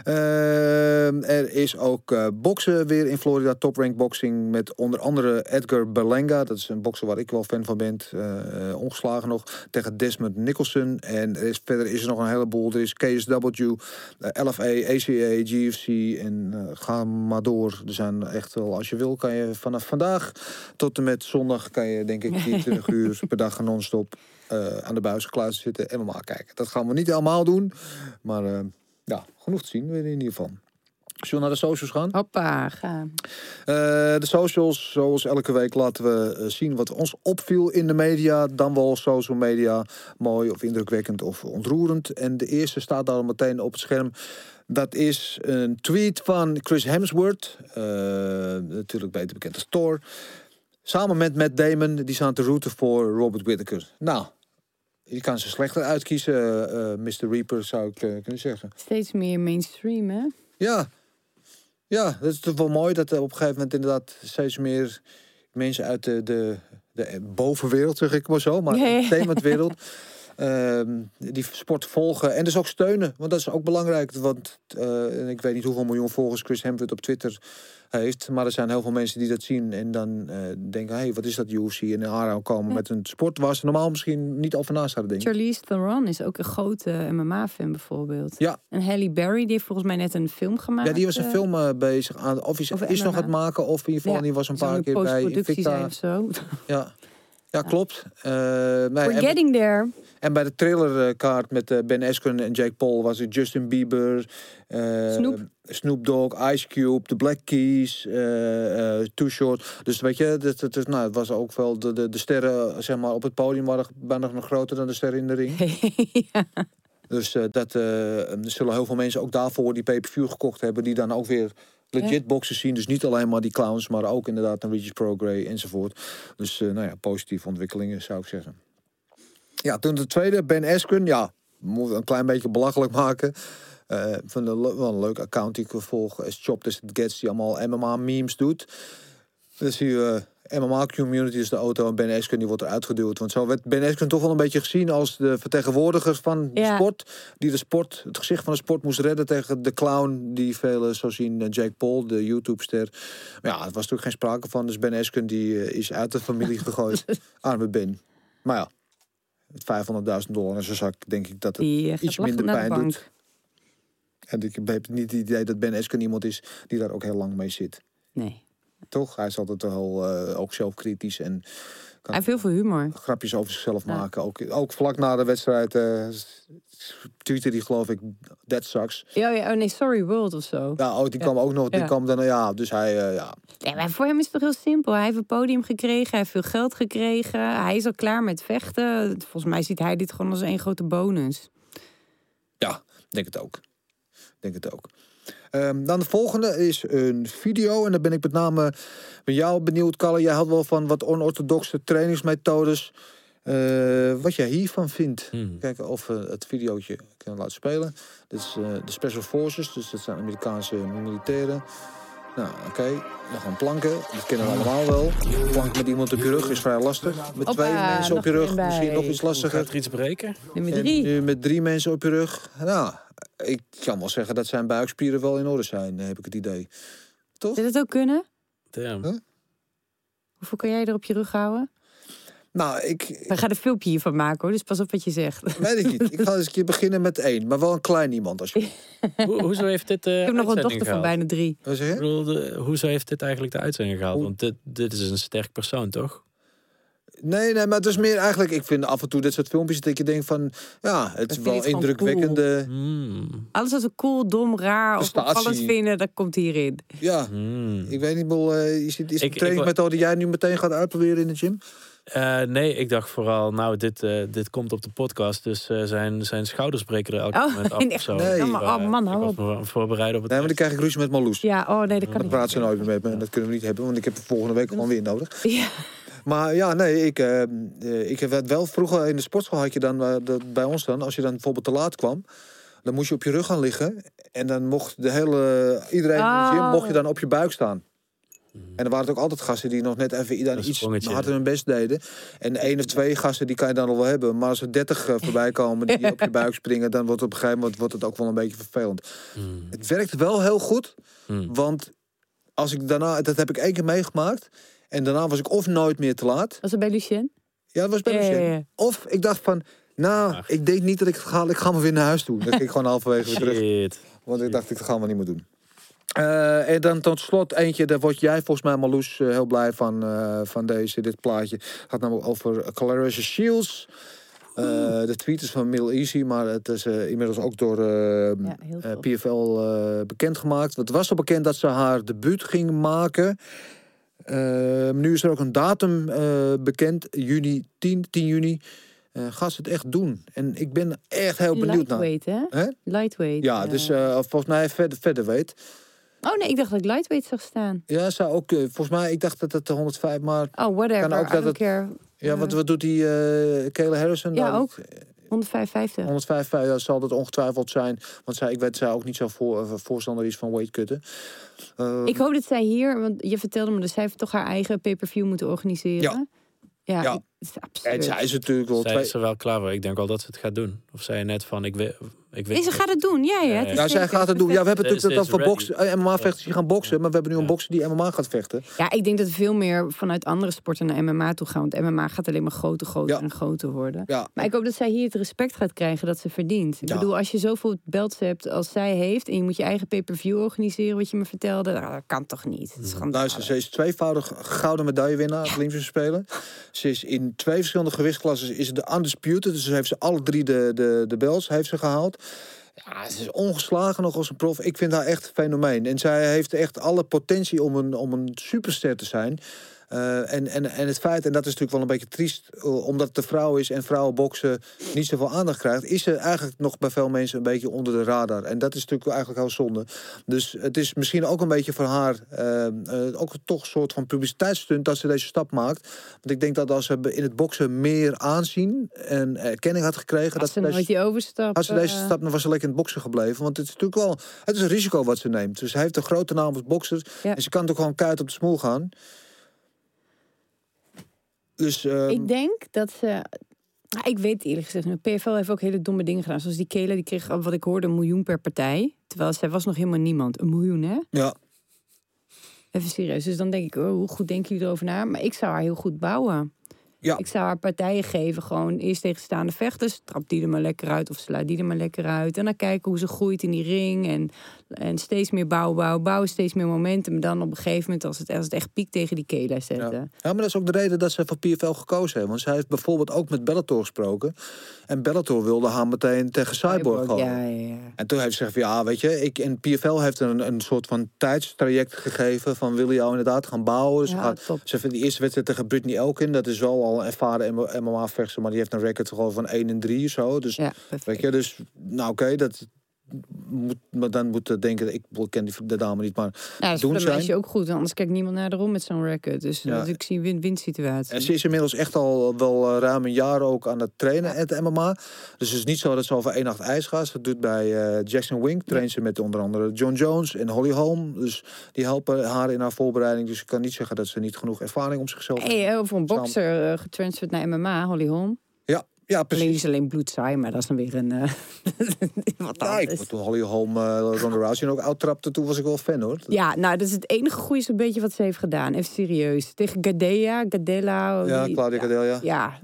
Er is ook boksen weer in Florida. Top Rank Boxing met onder andere Edgar Berlanga. Dat is een bokser waar ik wel fan van ben. Ongeslagen nog. Tegen Desmond Nicholson. En verder is er nog een heleboel. Er is KSW, LFA, ACA, GFC. En ga maar door. Er zijn echt wel, als je wil, kan je vanaf vandaag tot en met zondag kan je denk ik 24 uur per dag non-stop aan de buis gekluisterd zitten en normaal kijken. Dat gaan we niet allemaal doen. Maar genoeg te zien weer in ieder geval. Zullen we naar de socials gaan? Hoppa, ga. De socials, zoals elke week laten we zien wat ons opviel in de media. Dan wel social media, mooi of indrukwekkend of ontroerend. En de eerste staat daar meteen op het scherm. Dat is een tweet van Chris Hemsworth. Natuurlijk beter bekend als Thor. Samen met Matt Damon, die staan te routen voor Robert Whittaker. Nou, je kan ze slechter uitkiezen, Mr. Reaper, zou ik kunnen zeggen. Steeds meer mainstream, hè? Ja, dat is toch wel mooi dat op een gegeven moment inderdaad steeds meer mensen uit de bovenwereld, zeg ik maar zo, maar de entertainmentwereld, die sport volgen en dus ook steunen. Want dat is ook belangrijk. Want ik weet niet hoeveel miljoen volgers Chris Hemsworth op Twitter heeft. Maar er zijn heel veel mensen die dat zien en dan denken, hey, wat is dat UFC? En in aanraking komen met een sport waar ze normaal misschien niet over na zouden denken. Charlize Theron is ook een grote MMA-fan bijvoorbeeld. Ja. En Halle Berry, die heeft volgens mij net een film gemaakt. Ja, die was een film bezig aan, of is nog aan het maken, of in ieder geval, die was een paar keer bij Invicta. Of zo. Ja, klopt. We're getting there. En bij de trailerkaart met Ben Askren en Jake Paul was het Justin Bieber, Snoop Dogg, Ice Cube, The Black Keys, Too Short. Dus weet je, het was ook wel de sterren zeg maar, op het podium waren bijna nog groter dan de sterren in de ring. Ja. Dus er zullen heel veel mensen ook daarvoor die pay-per-view gekocht hebben, die dan ook weer legit boxen zien. Dus niet alleen maar die clowns, maar ook inderdaad een Regis Prograis enzovoort. Dus positieve ontwikkelingen zou ik zeggen. Ja, toen de tweede, Ben Askren, moet een klein beetje belachelijk maken. Van wel een leuk account die ik volg, is Chopped as It Gets, die allemaal MMA-memes doet. Dus die MMA-community is de auto en Ben Askren die wordt eruit geduwd. Want zo werd Ben Askren toch wel een beetje gezien als de vertegenwoordiger van de sport. Die het gezicht van de sport moest redden tegen de clown die velen zo zien, Jake Paul, de YouTube-ster. Maar ja, het was natuurlijk geen sprake van. Dus Ben Askren die is uit de familie gegooid. Arme Ben. Maar ja. Met $500.000 in zijn zak, denk ik dat het iets minder pijn doet. En ik heb niet het idee dat Ben Askren iemand is die daar ook heel lang mee zit. Nee. Toch? Hij is altijd wel ook zelfkritisch en hij heeft heel veel humor. Grapjes over zichzelf maken. Ook vlak na de wedstrijd tweette die geloof ik, that sucks. Sorry world of zo. Ja, die kwam ook nog. Die kwam dan, dus hij, Ja, maar voor hem is het toch heel simpel. Hij heeft een podium gekregen, hij heeft veel geld gekregen. Hij is al klaar met vechten. Volgens mij ziet hij dit gewoon als één grote bonus. Ja, denk het ook. Dan de volgende is een video. En dan ben ik met name bij jou benieuwd, Kalle. Jij had wel van wat onorthodoxe trainingsmethodes. Wat jij hiervan vindt. Kijken of we het videootje kunnen laten spelen. Dit is de Special Forces. Dus dat zijn Amerikaanse militairen. Nou, oké. Dan gaan planken. Dat kennen we allemaal wel. Planken met iemand op je rug is vrij lastig. Met 2 mensen op je rug misschien nog iets lastiger. Gaat er iets breken? Nummer 3. Nu met 3 mensen op je rug. Nou, ik kan wel zeggen dat zijn buikspieren wel in orde zijn, heb ik het idee. Toch? Zou dat ook kunnen? Damn. Huh? Hoeveel kan jij er op je rug houden? Nou, We gaan een filmpje hiervan maken, hoor. Dus pas op wat je zegt. Weet ik niet. Ik ga eens een keer beginnen met 1. Maar wel een klein iemand. Als je... Hoezo heeft dit ik heb nog een dochter van bijna 3. Wat zeg je? Hoezo heeft dit eigenlijk de uitzending gehaald? Want dit is een sterk persoon, toch? Nee, maar het is meer eigenlijk... Ik vind af en toe dit soort filmpjes dat je denkt van... Ja, het is wel indrukwekkende... Cool. Alles wat we cool, dom, raar of alles vinden, dat komt hierin. Ja, ik weet niet, is het een trainingsmethode die jij nu meteen gaat uitproberen in de gym? Nee, ik dacht vooral, dit komt op de podcast, dus zijn schouders breken er elk moment af of zo. Nee. Man, hou op. Ik was voorbereid op het... Nee, maar dan krijg ik ruzie met Marloes. Ja, nee, dat kan dan niet. praat ze nooit meer met me en dat kunnen we niet hebben, want ik heb volgende week gewoon weer nodig. Ja. Maar ja, nee, ik heb het wel vroeger in de sportschool had je dan, bij ons dan, als je dan bijvoorbeeld te laat kwam, dan moest je op je rug gaan liggen en dan mocht iedereen in de gym mocht je dan op je buik staan. En er waren ook altijd gasten die nog net even iets harder hun best deden. En 1 of 2 gasten, die kan je dan al wel hebben. Maar als er 30 voorbij komen die op je buik springen... dan wordt het op een gegeven moment het ook wel een beetje vervelend. Het werkt wel heel goed. Want als ik daarna... Dat heb ik 1 keer meegemaakt. En daarna was ik of nooit meer te laat. Was het bij Lucien? Ja, dat was bij Lucien. Ja. Of ik dacht van... ik denk niet dat ik het ga. Ik ga maar weer naar huis toe. Dan ging ik gewoon halverwege weer terug. Want ik dacht, ik ga maar niet meer doen. En dan tot slot eentje, daar word jij volgens mij, Marloes, heel blij van dit plaatje. Het gaat namelijk over Clarissa Shields. De tweet is van Middle Easy, maar het is inmiddels ook door PFL bekendgemaakt. Het was al bekend dat ze haar debuut ging maken. Nu is er ook een datum bekend, 10 juni. Gaat ze het echt doen? En ik ben echt heel benieuwd naar. Lightweight, hè? Lightweight. Ja, dus volgens mij verder weet. Oh nee, ik dacht dat ik lightweight zag staan. Ja, zou ook. Volgens mij, ik dacht dat het 105, maar. Oh, whatever. Kan ook dat het. Ja, wat doet die Kayla Harrison? Ja, ook. 155. 155, zal dat ongetwijfeld zijn. Want ik weet zij ook niet zo voorstander is van weightcutten. Ik hoop dat zij hier, want je vertelde me dat zij heeft toch haar eigen pay-per-view moeten organiseren. Ja. Het is absurd. En zij is natuurlijk wel. Zij is er wel klaar voor. Ik denk al dat ze het gaat doen. Of zij net van ik weet. Ze gaat het doen, ja. Zij gaat het doen. Ja, we hebben natuurlijk dat over boksen, MMA-vechters die gaan boksen, maar we hebben nu een bokser die MMA gaat vechten. Ja, ik denk dat veel meer vanuit andere sporten naar MMA toe gaan. Want MMA gaat alleen maar groter en groter worden. Ja. Maar ik hoop dat zij hier het respect gaat krijgen dat ze verdient. Ik bedoel, als je zoveel belts hebt als zij heeft en je moet je eigen pay-per-view organiseren, wat je me vertelde, dat kan toch niet? Luister, ze is 2voudig gouden medaillewinnaar op Olympische Spelen. Ze is in 2 verschillende gewichtsklassen is de undisputed, dus ze heeft ze alle 3 de belts heeft ze gehaald. Ja, ze is ongeslagen nog als een prof. Ik vind haar echt een fenomeen. En zij heeft echt alle potentie om een superster te zijn. En het feit, en dat is natuurlijk wel een beetje triest, omdat het de vrouw is en vrouwenboksen niet zoveel aandacht krijgt, is ze eigenlijk nog bij veel mensen een beetje onder de radar. En dat is natuurlijk eigenlijk heel zonde. Dus het is misschien ook een beetje voor haar ook toch een soort van publiciteitsstunt dat ze deze stap maakt. Want ik denk dat als ze in het boksen meer aanzien en erkenning had gekregen, als dat ze deze stap, dan was ze lekker in het boksen gebleven. Want het is natuurlijk wel, het is een risico wat ze neemt. Dus hij heeft een grote naam als bokser. En ze kan toch gewoon keihard op de smoel gaan. Dus, ik denk dat ze... Ik weet eerlijk gezegd, PFL heeft ook hele domme dingen gedaan. Zoals die Kayla, die kreeg, wat ik hoorde, 1 miljoen per partij. Terwijl zij was nog helemaal niemand. 1 miljoen, hè? Ja. Even serieus. Dus dan denk ik, hoe goed denken jullie erover na? Maar ik zou haar heel goed bouwen. Ja. Ik zou haar partijen geven, gewoon eerst tegenstaande vechters. Trap die er maar lekker uit of sla die er maar lekker uit. En dan kijken hoe ze groeit in die ring. En steeds meer bouwen, steeds meer momentum. Maar dan op een gegeven moment, als het echt piekt, tegen die Kayla zetten. Ja, maar dat is ook de reden dat ze voor PFL gekozen hebben. Want zij heeft bijvoorbeeld ook met Bellator gesproken. En Bellator wilde haar meteen tegen Cyborg gooien. Ja. En toen heeft ze gezegd van, ja, weet je, en PFL heeft een soort van tijdstraject gegeven van wil je jou inderdaad gaan bouwen. Ze vindt die eerste wedstrijd tegen Brittany Elkin, dat is wel al een ervaren MMA-vechter, maar die heeft een record gewoon van 1-3 of zo. Dus, weet je, dus, nou oké, dat maar dan moet denken, ik ken de dame niet, maar dat doen zijn. Is je ook goed, anders kijkt niemand naar de rond met zo'n record. Dus ik zie een win-win situatie. En ze is inmiddels echt al wel ruim een jaar ook aan het trainen het MMA. Dus het is niet zo dat ze over 1 nacht ijs gaat. Ze doet bij Jackson Wink, traint ze met onder andere John Jones en Holly Holm. Dus die helpen haar in haar voorbereiding. Dus ik kan niet zeggen dat ze niet genoeg ervaring om zichzelf heeft. Over een bokser getransferd naar MMA, Holly Holm. Ja, precies. Alleen is alleen bloedsaai, maar dat is dan weer een... wat anders. Toen Holly Holm Ronda Rousey ook uittrapte, toen was ik wel fan, hoor. Ja, nou, dat is het enige goede zo'n beetje wat ze heeft gedaan. Even serieus. Tegen Gadella. Ja, Claudia Gadella. Ja.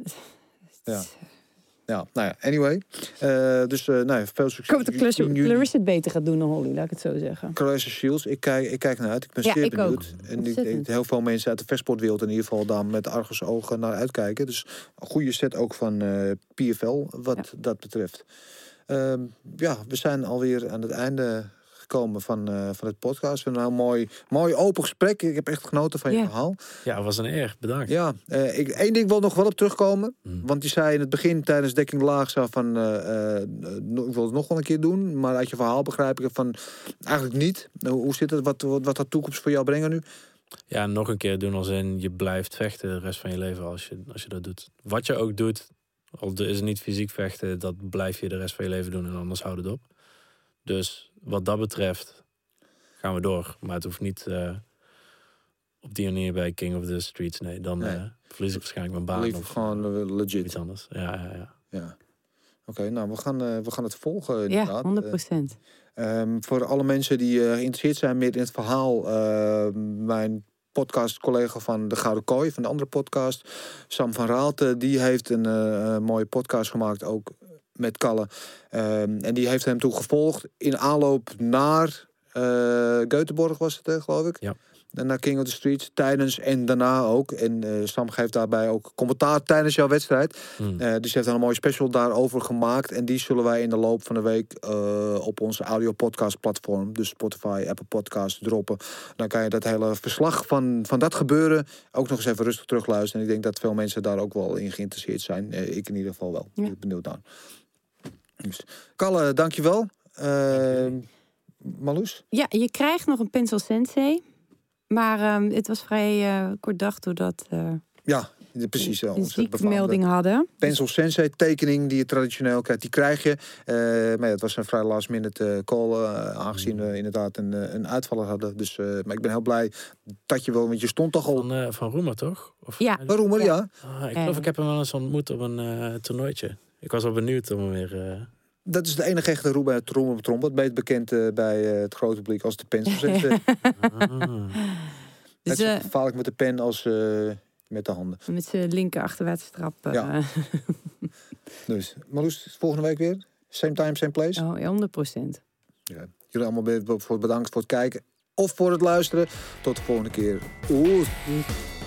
Ja, nou ja, anyway. Dus veel succes. Ik hoop dat Clarissa het beter gaat doen dan Holly, laat ik het zo zeggen. Clarissa Shields, ik kijk naar uit. Ik ben zeer benieuwd. Ook. En heel veel mensen uit de vechtsportwereld in ieder geval daar met argusogen naar uitkijken. Dus een goede set ook van PFL wat dat betreft. We zijn alweer aan het einde gekomen van het podcast. We hebben een heel mooi open gesprek. Ik heb echt genoten van je verhaal. Ja, het was een eer. Bedankt. Ja, één ding wil nog wel op terugkomen. Want je zei in het begin tijdens dekking laag zo van ik wil het nog wel een keer doen. Maar uit je verhaal begrijp ik van eigenlijk niet. Hoe zit het? Wat gaat toekomst voor jou brengen nu? Ja, nog een keer doen als in je blijft vechten de rest van je leven als je dat doet. Wat je ook doet, al is het niet fysiek vechten, dat blijf je de rest van je leven doen en anders houdt het op. Dus wat dat betreft gaan we door. Maar het hoeft niet op die manier bij King of the Streets. Nee, dan verlies ik waarschijnlijk mijn baan. Liever Of gewoon legit. iets anders. Ja. Oké, nou, we gaan het volgen inderdaad. Ja, 100%. Voor alle mensen die geïnteresseerd zijn meer in het verhaal... mijn podcastcollega van de Gouden Kooi, van de andere podcast... Sam van Raalte, die heeft een mooie podcast gemaakt, ook met Kalle. En die heeft hem toen gevolgd in aanloop naar Göteborg was het, geloof ik. Ja. En naar King of the Streets, tijdens en daarna ook. En Sam geeft daarbij ook commentaar tijdens jouw wedstrijd. Dus hij heeft dan een mooie special daarover gemaakt. En die zullen wij in de loop van de week op onze audio podcast platform, dus Spotify, Apple Podcasts, droppen. Dan kan je dat hele verslag van dat gebeuren ook nog eens even rustig terugluisteren. En ik denk dat veel mensen daar ook wel in geïnteresseerd zijn. Ik in ieder geval wel. Ja. Ik ben benieuwd naar. Dus, Kalle, dankjewel. Marloes? Ja, je krijgt nog een Pencil Sensei. Maar het was vrij kort dag doordat Ja, precies. een ziekmelding hadden. Pencil Sensei tekening die je traditioneel krijgt, die krijg je. Maar ja, het was een vrij last minute call, aangezien we inderdaad een uitvaller hadden. Dus, maar ik ben heel blij dat je wel, want je stond toch al... Van Roemer, toch? Of, Ja. Roemer, ja. Ik geloof, ik heb hem wel eens ontmoet op een toernooitje. Ik was wel benieuwd om hem weer... Dat is de enige echte Roemer trompet, beter bekend bij het grote publiek als de Pencil Sensei. Net zo gevaarlijk met de pen als met de handen. Met zijn linker achterwaartse trap. Ja. Dus, Marloes, volgende week weer? Same time, same place? Oh, 100%. Ja. Jullie allemaal bedankt voor het kijken of voor het luisteren. Tot de volgende keer. Oeh.